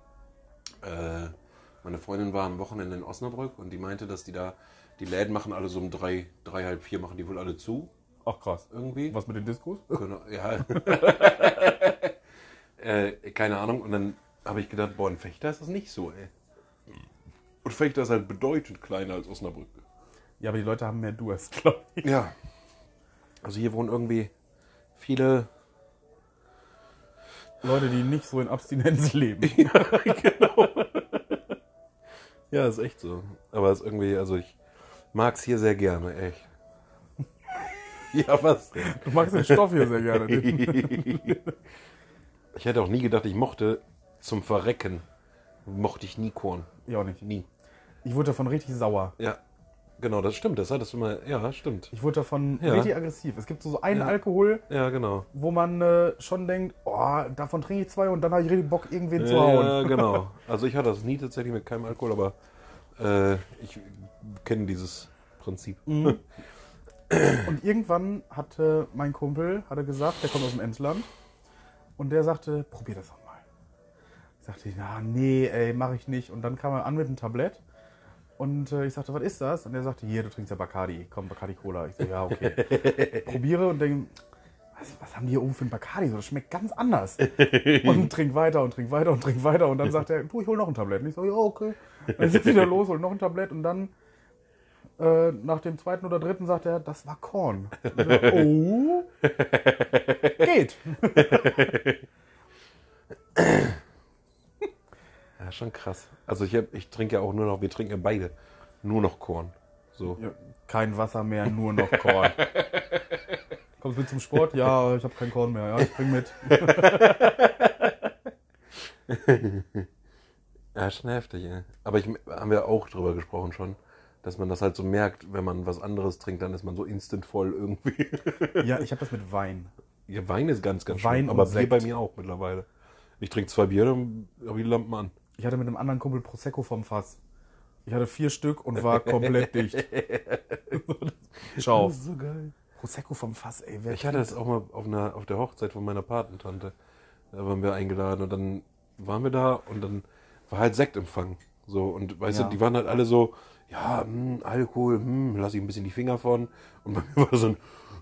Speaker 1: Meine Freundin war am Wochenende in Osnabrück und die meinte, dass die Läden machen alle so um 3, halb 4 machen die wohl alle zu.
Speaker 2: Ach krass.
Speaker 1: Irgendwie.
Speaker 2: Was mit den Diskos?
Speaker 1: Ja. Keine Ahnung. Und dann habe ich gedacht, boah, in Fechter ist das nicht so, ey. Und Fechter ist halt bedeutend kleiner als Osnabrück.
Speaker 2: Ja, aber die Leute haben mehr Durst, glaube ich.
Speaker 1: Ja. Also hier wohnen irgendwie viele
Speaker 2: Leute, die nicht so in Abstinenz leben.
Speaker 1: genau. Ja, ist echt so. Aber es ist irgendwie, also ich mag es hier sehr gerne, echt. Ja, was?
Speaker 2: Du magst den Stoff hier sehr gerne.
Speaker 1: Ich hätte auch nie gedacht, ich mochte zum Verrecken. Mochte ich nie Korn.
Speaker 2: Ich auch nicht.
Speaker 1: Nie.
Speaker 2: Ich wurde davon richtig sauer.
Speaker 1: Ja, genau, das stimmt. Das hattest du mal. Ja, stimmt.
Speaker 2: Ich wurde davon
Speaker 1: Ja.
Speaker 2: richtig aggressiv. Es gibt so einen
Speaker 1: Ja.
Speaker 2: Alkohol,
Speaker 1: Ja, genau.
Speaker 2: wo man schon denkt, oh, davon trinke ich 2 und dann habe ich richtig Bock, irgendwen zu hauen.
Speaker 1: Ja, genau. Also ich hatte das nie tatsächlich mit keinem Alkohol, aber ich kenne dieses Prinzip.
Speaker 2: Und irgendwann hatte mein Kumpel gesagt, der kommt aus dem Emsland, und der sagte, probier das doch mal. Ich sagte, na, nee, ey, mach ich nicht. Und dann kam er an mit einem Tablett und ich sagte, was ist das? Und er sagte, hier, du trinkst ja Bacardi. Komm, Bacardi Cola. Ich so, ja, okay. Probiere und denke, was haben die hier oben für ein Bacardi? So, das schmeckt ganz anders. Und trink weiter und trink weiter und trink weiter. Und dann sagt er, du, ich hol noch ein Tablett. Und ich so, ja, okay. Dann sind wir wieder los, hol noch ein Tablett. Und dann nach dem 2. oder 3. sagt er, das war Korn. Und ich so, oh, geht.
Speaker 1: Ja, schon krass. Also ich trinke ja auch nur noch, wir trinken ja beide nur noch Korn. So.
Speaker 2: Ja, kein Wasser mehr, nur noch Korn. Kommst du mit zum Sport? Ja, ich habe kein Korn mehr. Ja, ich bring mit.
Speaker 1: Ja, schon heftig, ey. Aber haben wir auch drüber gesprochen schon, dass man das halt so merkt, wenn man was anderes trinkt, dann ist man so instant voll irgendwie.
Speaker 2: Ja, ich habe das mit Wein.
Speaker 1: Ja, Wein ist ganz, ganz
Speaker 2: Wein
Speaker 1: schön. Aber
Speaker 2: und
Speaker 1: Bier
Speaker 2: Sekt.
Speaker 1: bei mir auch mittlerweile. Ich trinke 2 Bier, dann habe ich die Lampen an.
Speaker 2: Ich hatte mit einem anderen Kumpel Prosecco vom Fass. Ich hatte 4 Stück und war komplett dicht. Ciao.
Speaker 1: Das ist so geil.
Speaker 2: Prosecco vom Fass, ey. Wer
Speaker 1: Ich hatte das auch mal auf der Hochzeit von meiner Patentante. Da waren wir eingeladen und dann waren wir da und dann war halt Sektempfang. So, und weißt
Speaker 2: Ja.
Speaker 1: du, die waren halt alle so, ja, Alkohol, lass ich ein bisschen die Finger von. Und bei mir war so ein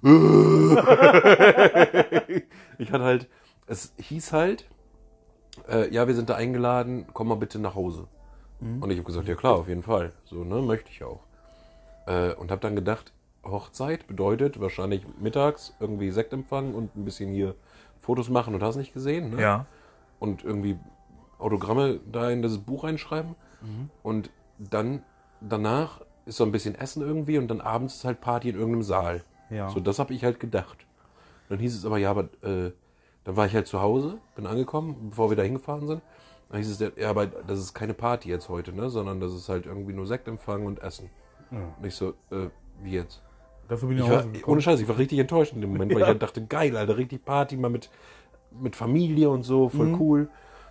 Speaker 1: ich hatte halt, es hieß halt, ja, wir sind da eingeladen, komm mal bitte nach Hause. Und ich habe gesagt, ja klar, auf jeden Fall. So, ne, möchte ich auch. Und habe dann gedacht, Hochzeit bedeutet wahrscheinlich mittags irgendwie Sektempfang und ein bisschen hier Fotos machen und hast nicht gesehen, ne?
Speaker 2: Ja.
Speaker 1: Und irgendwie Autogramme da in das Buch reinschreiben. Und dann danach ist so ein bisschen Essen irgendwie und dann abends ist halt Party in irgendeinem Saal.
Speaker 2: Ja.
Speaker 1: So, das habe ich halt gedacht. Dann hieß es aber, ja, aber dann war ich halt zu Hause, bin angekommen, bevor wir da hingefahren sind. Dann hieß es, ja, aber das ist keine Party jetzt heute, ne? Sondern das ist halt irgendwie nur Sektempfang und Essen.
Speaker 2: Ja.
Speaker 1: Und ich so, wie jetzt?
Speaker 2: Dafür bin ich
Speaker 1: Ich
Speaker 2: nach
Speaker 1: war,
Speaker 2: Hause gekommen.
Speaker 1: ohne Scheiß, ich war richtig enttäuscht in dem Moment, weil ich halt dachte, geil, Alter, richtig Party, mal mit Familie und so, voll cool.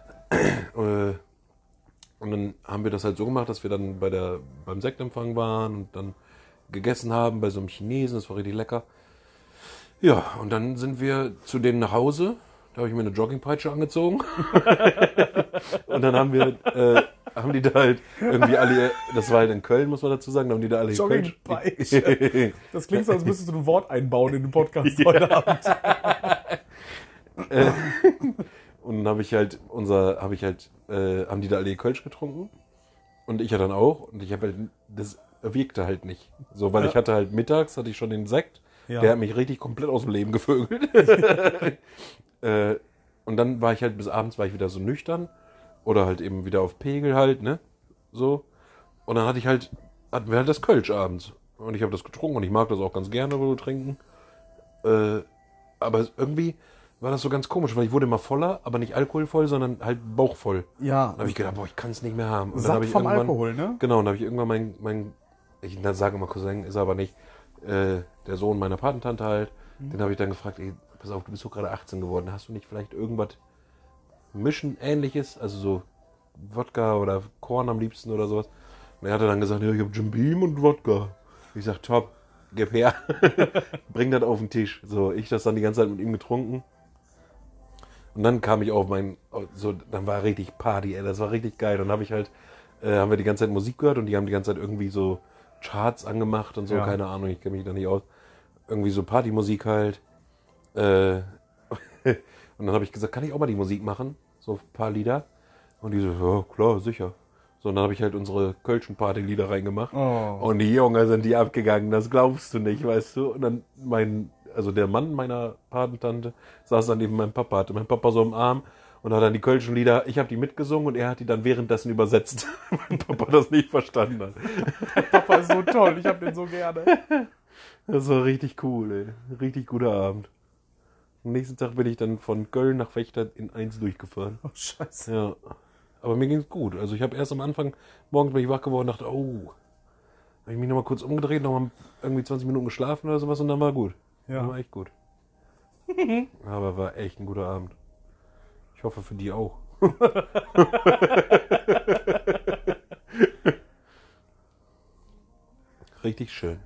Speaker 1: Und dann haben wir das halt so gemacht, dass wir dann beim Sektempfang waren und dann gegessen haben bei so einem Chinesen, das war richtig lecker. Ja, und dann sind wir zu denen nach Hause, da habe ich mir eine Joggingpeitsche angezogen. Und dann haben die da halt irgendwie alle, das war halt in Köln, muss man dazu sagen, da haben die da alle
Speaker 2: Joggingpeitsche. Das klingt so, als müsstest du ein Wort einbauen in den Podcast heute Abend.
Speaker 1: Und dann haben die da alle ihr Kölsch getrunken. Und ich ja dann auch. Und ich habe halt, das wirkte halt nicht. So, weil ich hatte halt mittags, hatte ich schon den Sekt.
Speaker 2: Ja.
Speaker 1: Der hat mich richtig komplett aus dem Leben gevögelt. Und dann war ich halt bis abends wieder so nüchtern. Oder halt eben wieder auf Pegel halt, ne? So. Und dann hatten wir halt das Kölsch abends. Und ich habe das getrunken und ich mag das auch ganz gerne, wo trinken. Aber irgendwie war das so ganz komisch, weil ich wurde immer voller, aber nicht alkoholvoll, sondern halt bauchvoll.
Speaker 2: Ja.
Speaker 1: Dann habe ich gedacht, boah, ich kann es nicht mehr haben. Und dann
Speaker 2: Satt
Speaker 1: habe ich
Speaker 2: vom
Speaker 1: irgendwann,
Speaker 2: Alkohol, ne?
Speaker 1: Genau, und dann habe ich irgendwann ich sage immer Cousin, ist er aber nicht, der Sohn meiner Patentante halt, den habe ich dann gefragt, ey, pass auf, du bist doch gerade 18 geworden, hast du nicht vielleicht irgendwas Mischen ähnliches, also so Wodka oder Korn am liebsten oder sowas? Und er hatte dann gesagt, ja, ich habe Jim Beam und Wodka. Ich sag, top, gib her, bring das auf den Tisch. So, ich das dann die ganze Zeit mit ihm getrunken. Und dann kam ich auf dann war richtig Party, ey, das war richtig geil. Dann habe ich halt, haben wir die ganze Zeit Musik gehört und die haben die ganze Zeit irgendwie so Charts angemacht und so,
Speaker 2: Ja.
Speaker 1: keine Ahnung, ich kenne mich da nicht aus. Irgendwie so Partymusik halt. Und dann habe ich gesagt, kann ich auch mal die Musik machen? So ein paar Lieder. Und die so, ja klar, sicher. So, und dann habe ich halt unsere Kölschen Partylieder reingemacht.
Speaker 2: Oh.
Speaker 1: Und die Junge sind die abgegangen, das glaubst du nicht, weißt du. Und dann der Mann meiner Patentante saß dann neben meinem Papa, hatte meinen Papa so im Arm und hat dann die Kölschen Lieder, ich habe die mitgesungen und er hat die dann währenddessen übersetzt. Mein Papa das nicht verstanden hat.
Speaker 2: Papa ist so toll, ich hab den so gerne.
Speaker 1: Das war richtig cool, ey. Richtig guter Abend. Am nächsten Tag bin ich dann von Köln nach Vechta in 1 durchgefahren.
Speaker 2: Oh, scheiße.
Speaker 1: Ja. Aber mir ging's gut. Also ich habe erst am Anfang, morgens bin ich wach geworden und dachte, oh, habe ich mich nochmal kurz umgedreht, nochmal irgendwie 20 Minuten geschlafen oder sowas und dann war gut.
Speaker 2: Ja.
Speaker 1: Dann war echt gut. Aber war echt ein guter Abend. Ich hoffe für die auch. Richtig schön.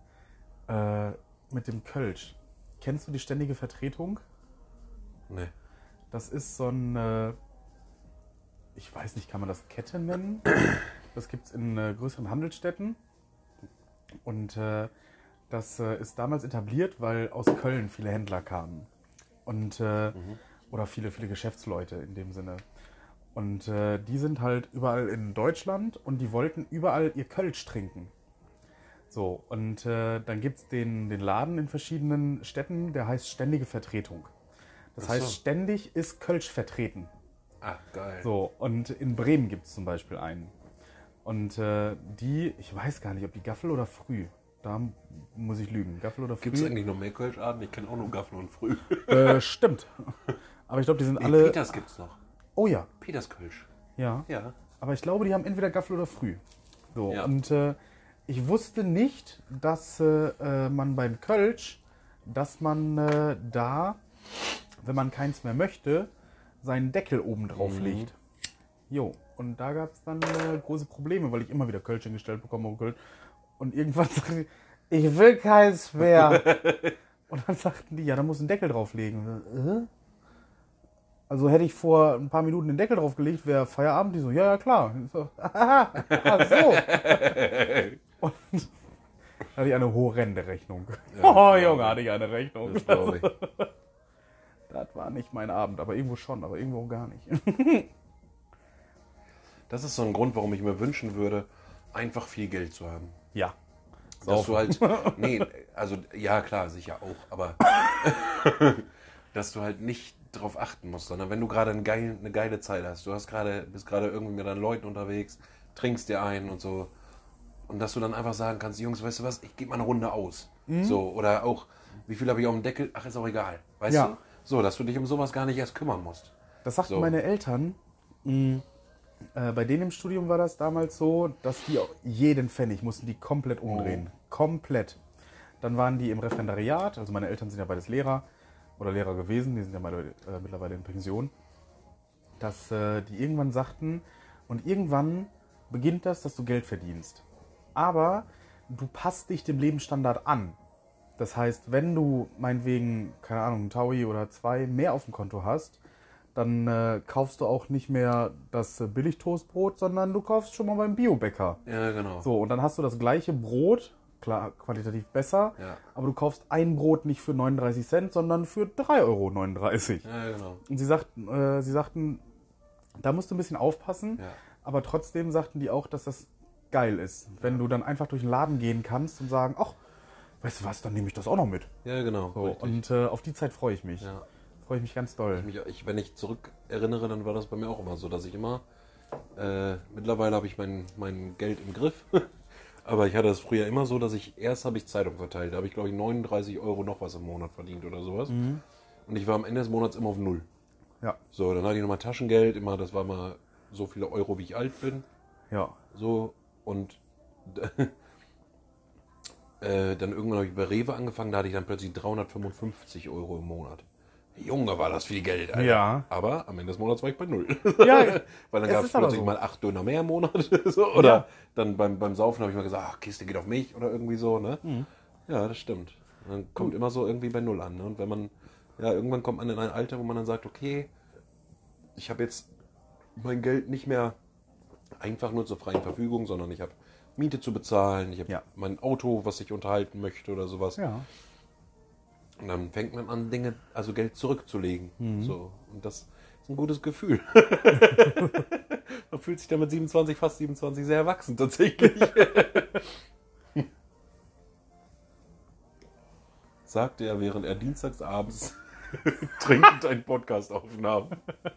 Speaker 2: Mit dem Kölsch. Kennst du die ständige Vertretung?
Speaker 1: Nee.
Speaker 2: Das ist so ein, ich weiß nicht, kann man das Kette nennen? Das gibt es in größeren Handelsstädten. Und das ist damals etabliert, weil aus Köln viele Händler kamen. Und, oder viele Geschäftsleute in dem Sinne. Und die sind halt überall in Deutschland und die wollten überall ihr Kölsch trinken. So, und dann gibt es den Laden in verschiedenen Städten, der heißt Ständige Vertretung. Das
Speaker 1: Ach so.
Speaker 2: heißt, ständig ist Kölsch vertreten.
Speaker 1: Ah, geil.
Speaker 2: So, und in Bremen gibt es zum Beispiel einen. Und ich weiß gar nicht, ob die Gaffel oder Früh. Da muss ich lügen. Gaffel oder Früh.
Speaker 1: Gibt es eigentlich noch mehr Kölscharten? Ich kenne auch nur Gaffel und Früh.
Speaker 2: Stimmt. Aber ich glaube, die sind alle...
Speaker 1: Peters gibt's noch.
Speaker 2: Oh ja.
Speaker 1: Peters Kölsch.
Speaker 2: Ja.
Speaker 1: Ja.
Speaker 2: Aber ich glaube, die haben entweder Gaffel oder Früh. So,
Speaker 1: Ja.
Speaker 2: und ich wusste nicht, dass man beim Kölsch, dass man da, wenn man keins mehr möchte, seinen Deckel oben drauf legt. Jo, und da gab es dann große Probleme, weil ich immer wieder Kölsch hingestellt bekomme auf Kölsch. Und irgendwann sagte ich will keins mehr. Und dann sagten die, ja, da muss ein Deckel drauflegen. Und dann, Also hätte ich vor ein paar Minuten den Deckel draufgelegt, wäre Feierabend. Die so, ja, klar. Ich so, ach so. Und da hatte ich eine horrende Rechnung.
Speaker 1: Ja,
Speaker 2: oh, Junge, hatte ich eine Rechnung.
Speaker 1: Das glaube ich.
Speaker 2: Das war nicht mein Abend, aber irgendwo schon, aber irgendwo gar nicht.
Speaker 1: Das ist so ein Grund, warum ich mir wünschen würde, einfach viel Geld zu haben.
Speaker 2: Ja.
Speaker 1: Dass du halt, nee, also ja klar, sicher auch, aber dass du halt nicht drauf achten musst, sondern wenn du gerade eine geile Zeit hast, bist gerade irgendwie mit deinen Leuten unterwegs, trinkst dir ein und so und dass du dann einfach sagen kannst, Jungs, weißt du was, ich gebe mal eine Runde aus. So, oder auch, wie viel habe ich auf dem Deckel? Ach, ist auch egal, weißt
Speaker 2: Ja.
Speaker 1: du? So, dass du dich um sowas gar nicht erst kümmern musst.
Speaker 2: Das sagten
Speaker 1: So.
Speaker 2: meine Eltern. Bei denen im Studium war das damals so, dass die jeden Pfennig mussten die komplett umdrehen. Komplett. Dann waren die im Referendariat, also meine Eltern sind ja beides Lehrer oder Lehrer gewesen, die sind ja beide, mittlerweile in Pension, dass die irgendwann sagten, und irgendwann beginnt das, dass du Geld verdienst. Aber du passt dich dem Lebensstandard an. Das heißt, wenn du meinetwegen, keine Ahnung, ein Taui oder 2 mehr auf dem Konto hast, dann kaufst du auch nicht mehr das Billigtoastbrot, sondern du kaufst schon mal beim Biobäcker.
Speaker 1: Ja, genau.
Speaker 2: So, und dann hast du das gleiche Brot, klar, qualitativ besser,
Speaker 1: Ja.
Speaker 2: aber du kaufst ein Brot nicht für 39 Cent, sondern für 3,39 Euro.
Speaker 1: Ja, genau.
Speaker 2: Und sie sagten, da musst du ein bisschen aufpassen,
Speaker 1: Ja.
Speaker 2: aber trotzdem sagten die auch, dass das geil ist, wenn du dann einfach durch den Laden gehen kannst und sagen, ach, weißt du was, dann nehme ich das auch noch mit.
Speaker 1: Ja, genau.
Speaker 2: So,
Speaker 1: richtig.
Speaker 2: und auf die Zeit freue ich mich.
Speaker 1: Ja.
Speaker 2: Freue ich mich ganz doll.
Speaker 1: Wenn ich zurück erinnere, dann war das bei mir auch immer so, dass ich immer, mittlerweile habe ich mein Geld im Griff, aber ich hatte es früher immer so, dass erst habe ich Zeitung verteilt, da habe ich glaube ich 39 Euro noch was im Monat verdient oder sowas und ich war am Ende des Monats immer auf Null.
Speaker 2: Ja,
Speaker 1: So, dann hatte ich nochmal Taschengeld, das war mal so viele Euro, wie ich alt bin,
Speaker 2: ja.
Speaker 1: so und dann irgendwann habe ich bei Rewe angefangen, da hatte ich dann plötzlich 355 Euro im Monat. Junge, war das viel Geld, Alter.
Speaker 2: Ja.
Speaker 1: Aber am Ende des Monats war ich bei Null.
Speaker 2: Ja,
Speaker 1: Weil dann
Speaker 2: es
Speaker 1: gab es
Speaker 2: ist aber
Speaker 1: plötzlich
Speaker 2: so.
Speaker 1: mal 8 Döner mehr im Monat. So, oder
Speaker 2: Ja.
Speaker 1: dann beim Saufen habe ich mal gesagt, ach, Kiste geht auf mich oder irgendwie so. Ne? Ja, das stimmt. Dann kommt immer so irgendwie bei Null an. Ne? Und wenn man, ja, irgendwann kommt man in ein Alter, wo man dann sagt, okay, ich habe jetzt mein Geld nicht mehr einfach nur zur freien Verfügung, sondern ich habe Miete zu bezahlen, ich habe
Speaker 2: Ja.
Speaker 1: mein Auto, was ich unterhalten möchte oder sowas.
Speaker 2: Ja.
Speaker 1: Und dann fängt man an, Geld zurückzulegen. So. Und das ist ein gutes Gefühl. Man fühlt sich dann mit 27, fast 27 sehr erwachsen tatsächlich. Sagte er, während er dienstagsabends trinkend einen Podcast aufnahm.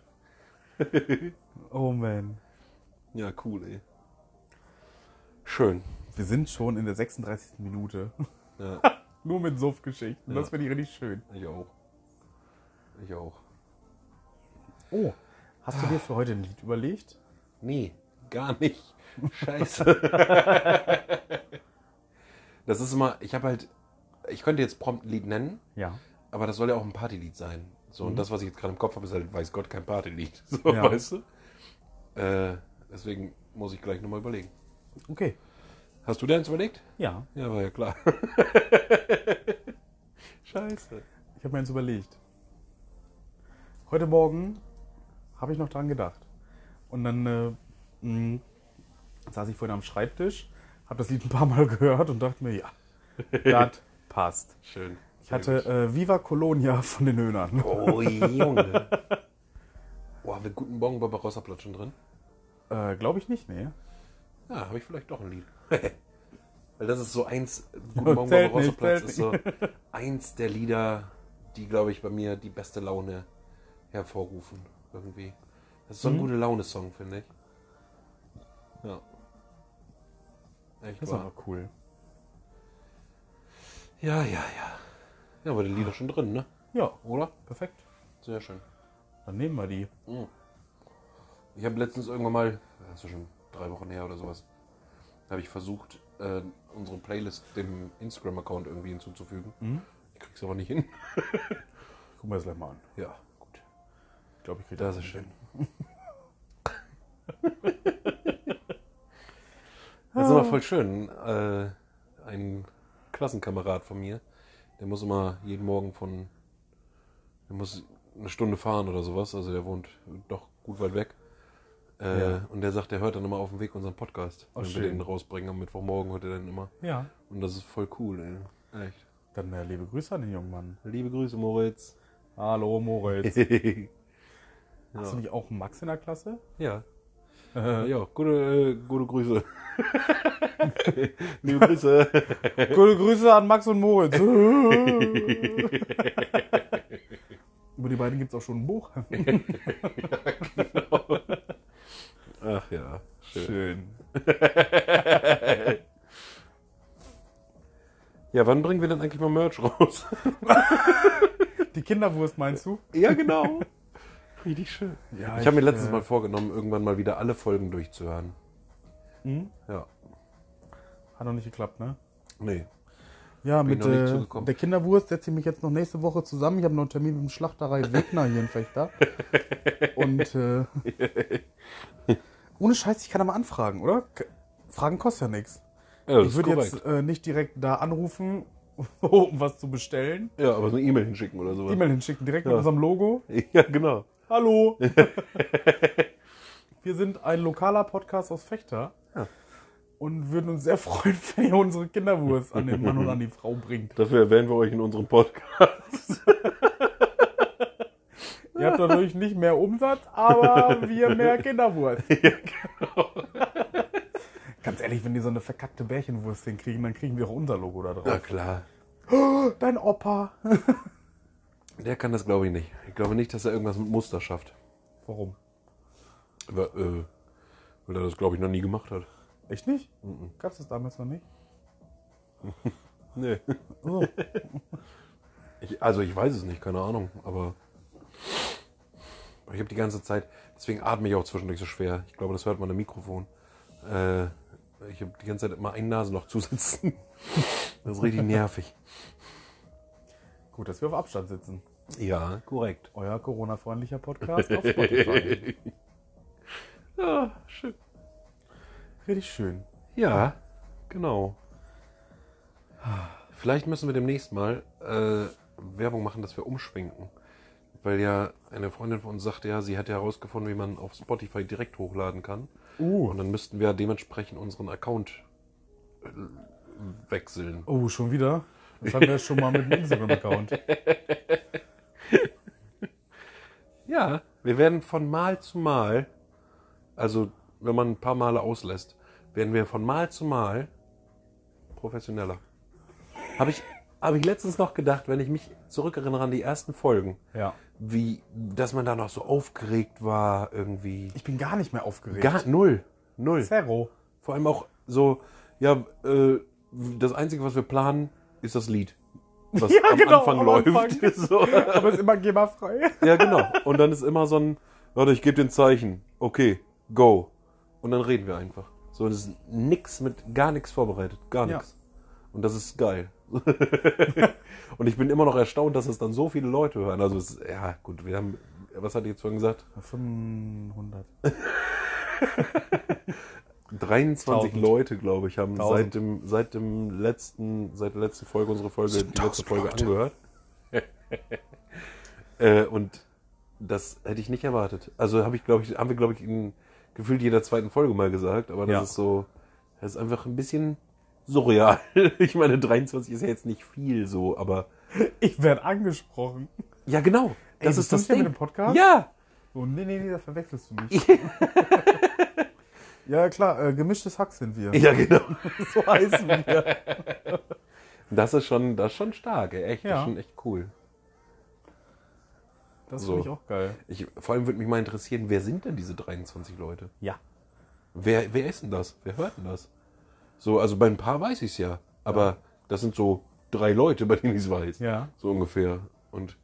Speaker 2: Oh man.
Speaker 1: Ja, cool, ey. Schön.
Speaker 2: Wir sind schon in der 36. Minute.
Speaker 1: Ja,
Speaker 2: Nur mit Suff-Geschichten.
Speaker 1: Ja.
Speaker 2: Das finde ich richtig schön.
Speaker 1: ich auch. Ich auch.
Speaker 2: Oh, hast du dir für heute ein Lied überlegt?
Speaker 1: Nee, gar nicht. Scheiße. Das ist immer, ich könnte jetzt prompt ein Lied nennen,
Speaker 2: Ja.
Speaker 1: aber das soll ja auch ein Partylied sein. So, und das, was ich jetzt gerade im Kopf habe, ist halt, weiß Gott, kein Partylied. So,
Speaker 2: Ja.
Speaker 1: weißt du? Deswegen muss ich gleich nochmal überlegen.
Speaker 2: Okay.
Speaker 1: Hast du dir eins überlegt?
Speaker 2: Ja,
Speaker 1: Ja, war ja klar. Scheiße.
Speaker 2: ich habe mir eins überlegt. Heute Morgen habe ich noch dran gedacht. Und dann saß ich vorhin am Schreibtisch, habe das Lied ein paar Mal gehört und dachte mir, ja, das passt.
Speaker 1: Schön.
Speaker 2: Ich hatte Viva Colonia von den Höhnern.
Speaker 1: Oh, Junge. Boah, haben wir guten Bon Barbarossa-Platz schon drin?
Speaker 2: Glaube ich nicht, nee.
Speaker 1: Ja, habe ich vielleicht doch ein Lied. Weil das ist so eins, Guten Morgen
Speaker 2: Zählt
Speaker 1: Barbarossa
Speaker 2: nicht,
Speaker 1: Platz
Speaker 2: zählt
Speaker 1: ist so eins der Lieder, die, glaube ich, bei mir die beste Laune hervorrufen. Irgendwie. Das ist so ein gute Laune-Song, finde ich. Ja. Echt
Speaker 2: Das ist
Speaker 1: wahr.
Speaker 2: aber cool.
Speaker 1: Ja. Ja, aber die Lieder schon drin, ne?
Speaker 2: Ja,
Speaker 1: Oder?
Speaker 2: perfekt.
Speaker 1: Sehr schön.
Speaker 2: Dann nehmen wir die.
Speaker 1: Ich habe letztens irgendwann mal, das ist ja schon 3 Wochen her oder sowas, habe ich versucht, unsere Playlist dem Instagram-Account irgendwie hinzuzufügen. Ich krieg's aber nicht hin.
Speaker 2: Gucken wir das gleich mal an.
Speaker 1: Ja, gut.
Speaker 2: Ich glaube, ich kriege
Speaker 1: Das ist schön. Das ist immer voll schön. Ein Klassenkamerad von mir, der muss immer jeden Morgen der muss eine Stunde fahren oder sowas, also der wohnt doch gut weit weg.
Speaker 2: Ja.
Speaker 1: Und der sagt, der hört dann immer auf dem Weg unseren Podcast,
Speaker 2: Oh,
Speaker 1: wenn wir
Speaker 2: schön.
Speaker 1: den rausbringen. Am Mittwochmorgen hört er dann immer.
Speaker 2: Ja.
Speaker 1: Und das ist voll cool, ey. Echt.
Speaker 2: Dann liebe Grüße an den jungen Mann.
Speaker 1: Liebe Grüße, Moritz.
Speaker 2: Hallo, Moritz.
Speaker 1: Ja.
Speaker 2: Hast du nicht auch einen Max in der Klasse?
Speaker 1: Ja, gute Grüße. Liebe Grüße.
Speaker 2: Gute Grüße an Max und Moritz. Über die beiden gibt es auch schon ein Buch.
Speaker 1: Ach ja, schön. Ja, wann bringen wir denn eigentlich mal Merch raus?
Speaker 2: Die Kinderwurst meinst du?
Speaker 1: Ja, genau. Richtig schön.
Speaker 2: Ja,
Speaker 1: Ich habe mir letztens mal vorgenommen, irgendwann mal wieder alle Folgen durchzuhören. Ja.
Speaker 2: Hat noch nicht geklappt, ne?
Speaker 1: Nee.
Speaker 2: Ja,
Speaker 1: Bin
Speaker 2: mit
Speaker 1: noch nicht zugekommen.
Speaker 2: der Kinderwurst setze ich mich jetzt noch nächste Woche zusammen. Ich habe noch einen Termin mit dem Schlachterei Wegner hier in Fechter. Und ohne Scheiß, ich kann da mal anfragen, oder? Fragen kostet ja nichts.
Speaker 1: Ja, das
Speaker 2: Ich würde jetzt nicht direkt da anrufen, um was zu bestellen.
Speaker 1: Ja, aber so eine E-Mail hinschicken oder sowas.
Speaker 2: E-Mail hinschicken, direkt mit unserem Logo.
Speaker 1: Ja, genau.
Speaker 2: Hallo! Wir sind ein lokaler Podcast aus Fechter.
Speaker 1: Ja.
Speaker 2: Und würden uns sehr freuen, wenn ihr unsere Kinderwurst an den Mann und an die Frau bringt.
Speaker 1: Dafür erwähnen wir euch in unserem Podcast.
Speaker 2: Ihr habt natürlich nicht mehr Umsatz, aber wir mehr Kinderwurst.
Speaker 1: Ja, genau.
Speaker 2: Ganz ehrlich, wenn die so eine verkackte Bärchenwurst hinkriegen, dann kriegen wir auch unser Logo da
Speaker 1: Na
Speaker 2: drauf.
Speaker 1: klar.
Speaker 2: Dein Opa.
Speaker 1: Der kann das, glaube ich, nicht. Ich glaube nicht, dass er irgendwas mit Muster schafft.
Speaker 2: Warum?
Speaker 1: Weil er das, glaube ich, noch nie gemacht hat.
Speaker 2: Echt nicht? Gab's das damals noch nicht?
Speaker 1: Nee.
Speaker 2: Oh.
Speaker 1: Ich weiß es nicht, keine Ahnung. Aber ich habe die ganze Zeit, deswegen atme ich auch zwischendurch so schwer. Ich glaube, das hört man im Mikrofon. Ich habe die ganze Zeit immer ein Nasenloch zusitzen. Das ist richtig nervig.
Speaker 2: Gut, dass wir auf Abstand sitzen.
Speaker 1: Ja, korrekt.
Speaker 2: Euer Corona-freundlicher Podcast auf Spotify.
Speaker 1: Ja, schön.
Speaker 2: Richtig schön.
Speaker 1: Ja, genau. Vielleicht müssen wir demnächst mal Werbung machen, dass wir umschwenken. Weil ja eine Freundin von uns sagte, ja, sie hat ja herausgefunden, wie man auf Spotify direkt hochladen kann. Und dann müssten wir dementsprechend unseren Account wechseln.
Speaker 2: Oh, schon wieder? Das haben wir schon mal mit dem Instagram-Account.
Speaker 1: Ja, wir werden von Mal zu Mal Also, wenn man ein paar Male auslässt, werden wir von Mal zu Mal professioneller. Habe ich letztens noch gedacht, wenn ich mich zurückerinnere an die ersten Folgen,
Speaker 2: Ja.
Speaker 1: dass man da noch so aufgeregt war, irgendwie.
Speaker 2: Ich bin gar nicht mehr aufgeregt.
Speaker 1: Null.
Speaker 2: Zero.
Speaker 1: Vor allem auch so, ja, das Einzige, was wir planen, ist das Lied. Was
Speaker 2: Ja,
Speaker 1: am
Speaker 2: genau,
Speaker 1: Anfang
Speaker 2: am
Speaker 1: läuft.
Speaker 2: Anfang.
Speaker 1: So.
Speaker 2: Aber es ist immer GEMA-frei.
Speaker 1: Ja, genau. Und dann ist immer so ein, warte, ich gebe dir ein Zeichen. Okay, go. Und dann reden wir einfach. So, das ist gar nichts vorbereitet. Gar
Speaker 2: Ja.
Speaker 1: nichts. Und das ist geil. Und ich bin immer noch erstaunt, dass es dann so viele Leute hören. Also, ja, gut, wir haben, was hat ihr jetzt vorhin gesagt?
Speaker 2: 500.
Speaker 1: 23
Speaker 2: 1000.
Speaker 1: Leute, glaube ich, haben
Speaker 2: 1000.
Speaker 1: seit der letzten Folge, die letzte Folge angehört. Und das hätte ich nicht erwartet. Also haben wir, glaube ich, in gefühlt jeder zweiten Folge mal gesagt, aber das ist so, das ist einfach ein bisschen surreal. Ich meine, 23 ist ja jetzt nicht viel so, aber...
Speaker 2: Ich werde angesprochen.
Speaker 1: Ja, genau. Das ist das Ding.
Speaker 2: mit dem Podcast?
Speaker 1: Ja.
Speaker 2: Oh, nee, da verwechselst du mich. Ja, klar, gemischtes Hack sind wir.
Speaker 1: Ja, genau.
Speaker 2: So heißen wir.
Speaker 1: Das ist schon stark, ey. Echt,
Speaker 2: Ja.
Speaker 1: Das ist schon echt cool.
Speaker 2: Das
Speaker 1: So.
Speaker 2: finde ich auch geil.
Speaker 1: Vor allem würde mich mal interessieren, wer sind denn diese 23 Leute?
Speaker 2: Ja.
Speaker 1: Wer ist denn das? Wer hört denn das? So, also bei ein paar weiß ich es ja. Aber das sind so 3 Leute, bei denen ich es weiß.
Speaker 2: Ja.
Speaker 1: So ungefähr. Und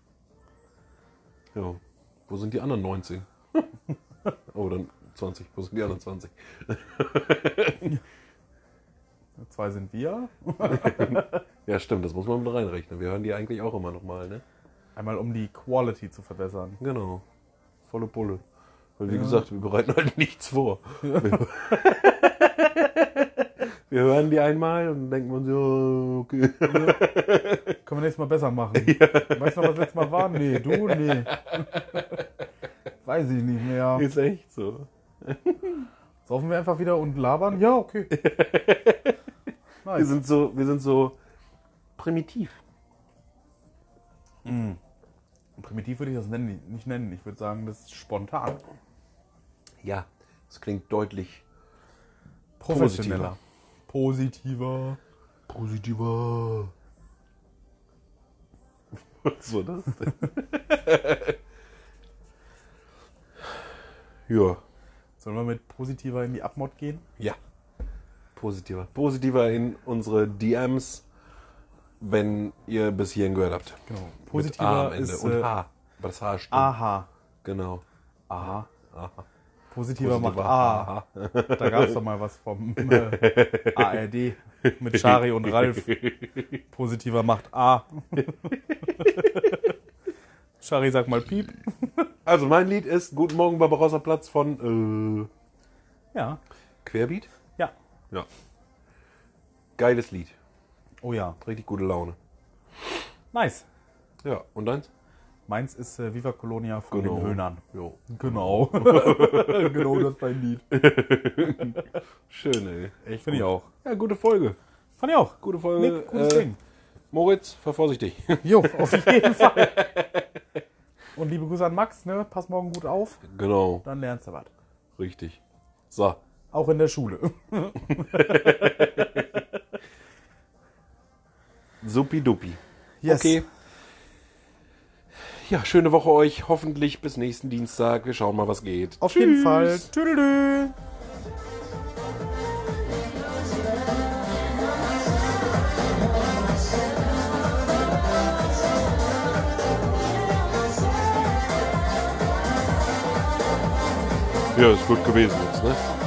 Speaker 1: ja, wo sind die anderen 19? Oh, dann 20. Wo sind die anderen 20?
Speaker 2: 2 sind wir.
Speaker 1: Ja, stimmt, das muss man mit reinrechnen. Wir hören die eigentlich auch immer nochmal, ne?
Speaker 2: Einmal um die Quality zu verbessern.
Speaker 1: Genau. Volle Pulle. Weil wie gesagt, wir bereiten halt nichts vor. Wir hören die einmal und denken uns, ja, okay.
Speaker 2: Können wir nächstes Mal besser machen. Weißt du noch, was letztes Mal war? Nee, du? Nee. Weiß ich nicht mehr.
Speaker 1: Ist echt so.
Speaker 2: Saufen wir einfach wieder und labern? Ja, okay.
Speaker 1: Wir sind so primitiv.
Speaker 2: Primitiv würde ich das nicht nennen. Ich würde sagen, das ist spontan.
Speaker 1: Ja, das klingt deutlich
Speaker 2: Professioneller. Positiver.
Speaker 1: Was war das denn? Ja.
Speaker 2: Sollen wir mit positiver in die Abmod gehen?
Speaker 1: Ja. Positiver in unsere DMs, wenn ihr bis hierhin gehört habt.
Speaker 2: Genau.
Speaker 1: Mit A
Speaker 2: Positiver
Speaker 1: am Ende.
Speaker 2: ist
Speaker 1: Und H. Aber das H stimmt.
Speaker 2: Aha.
Speaker 1: Genau.
Speaker 2: Aha.
Speaker 1: Aha.
Speaker 2: Positiver macht
Speaker 1: Positiver
Speaker 2: A.
Speaker 1: Aha.
Speaker 2: Da gab es doch mal was vom ARD mit Shari und Ralf. Positiver macht A. Shari, sag mal Piep.
Speaker 1: Also mein Lied ist Guten Morgen Barbarossa Platz von
Speaker 2: Ja.
Speaker 1: Querbeat.
Speaker 2: Ja.
Speaker 1: Ja. Geiles Lied.
Speaker 2: Oh ja.
Speaker 1: Richtig gute Laune.
Speaker 2: Nice.
Speaker 1: Ja, und deins?
Speaker 2: Meins ist Viva Colonia von
Speaker 1: Genau.
Speaker 2: den Höhnern.
Speaker 1: Jo.
Speaker 2: Genau. Genau das ist mein Lied.
Speaker 1: Schön, ey. Echt
Speaker 2: Finde ich
Speaker 1: gut.
Speaker 2: auch.
Speaker 1: Ja, gute Folge.
Speaker 2: Fand ich auch.
Speaker 1: Gute Folge.
Speaker 2: Nick, gutes Ding.
Speaker 1: Moritz, fahr vorsichtig.
Speaker 2: Jo, auf jeden Fall. Und liebe Grüße an Max, ne? Pass morgen gut auf,
Speaker 1: Genau,
Speaker 2: dann lernst du was.
Speaker 1: richtig. So.
Speaker 2: Auch in der Schule.
Speaker 1: Supi-dupi.
Speaker 2: Yes.
Speaker 1: Okay. Ja, schöne Woche euch. Hoffentlich bis nächsten Dienstag. Wir schauen mal, was geht.
Speaker 2: Auf jeden Fall. Tüdelü.
Speaker 1: Ja, ist gut gewesen jetzt, ne?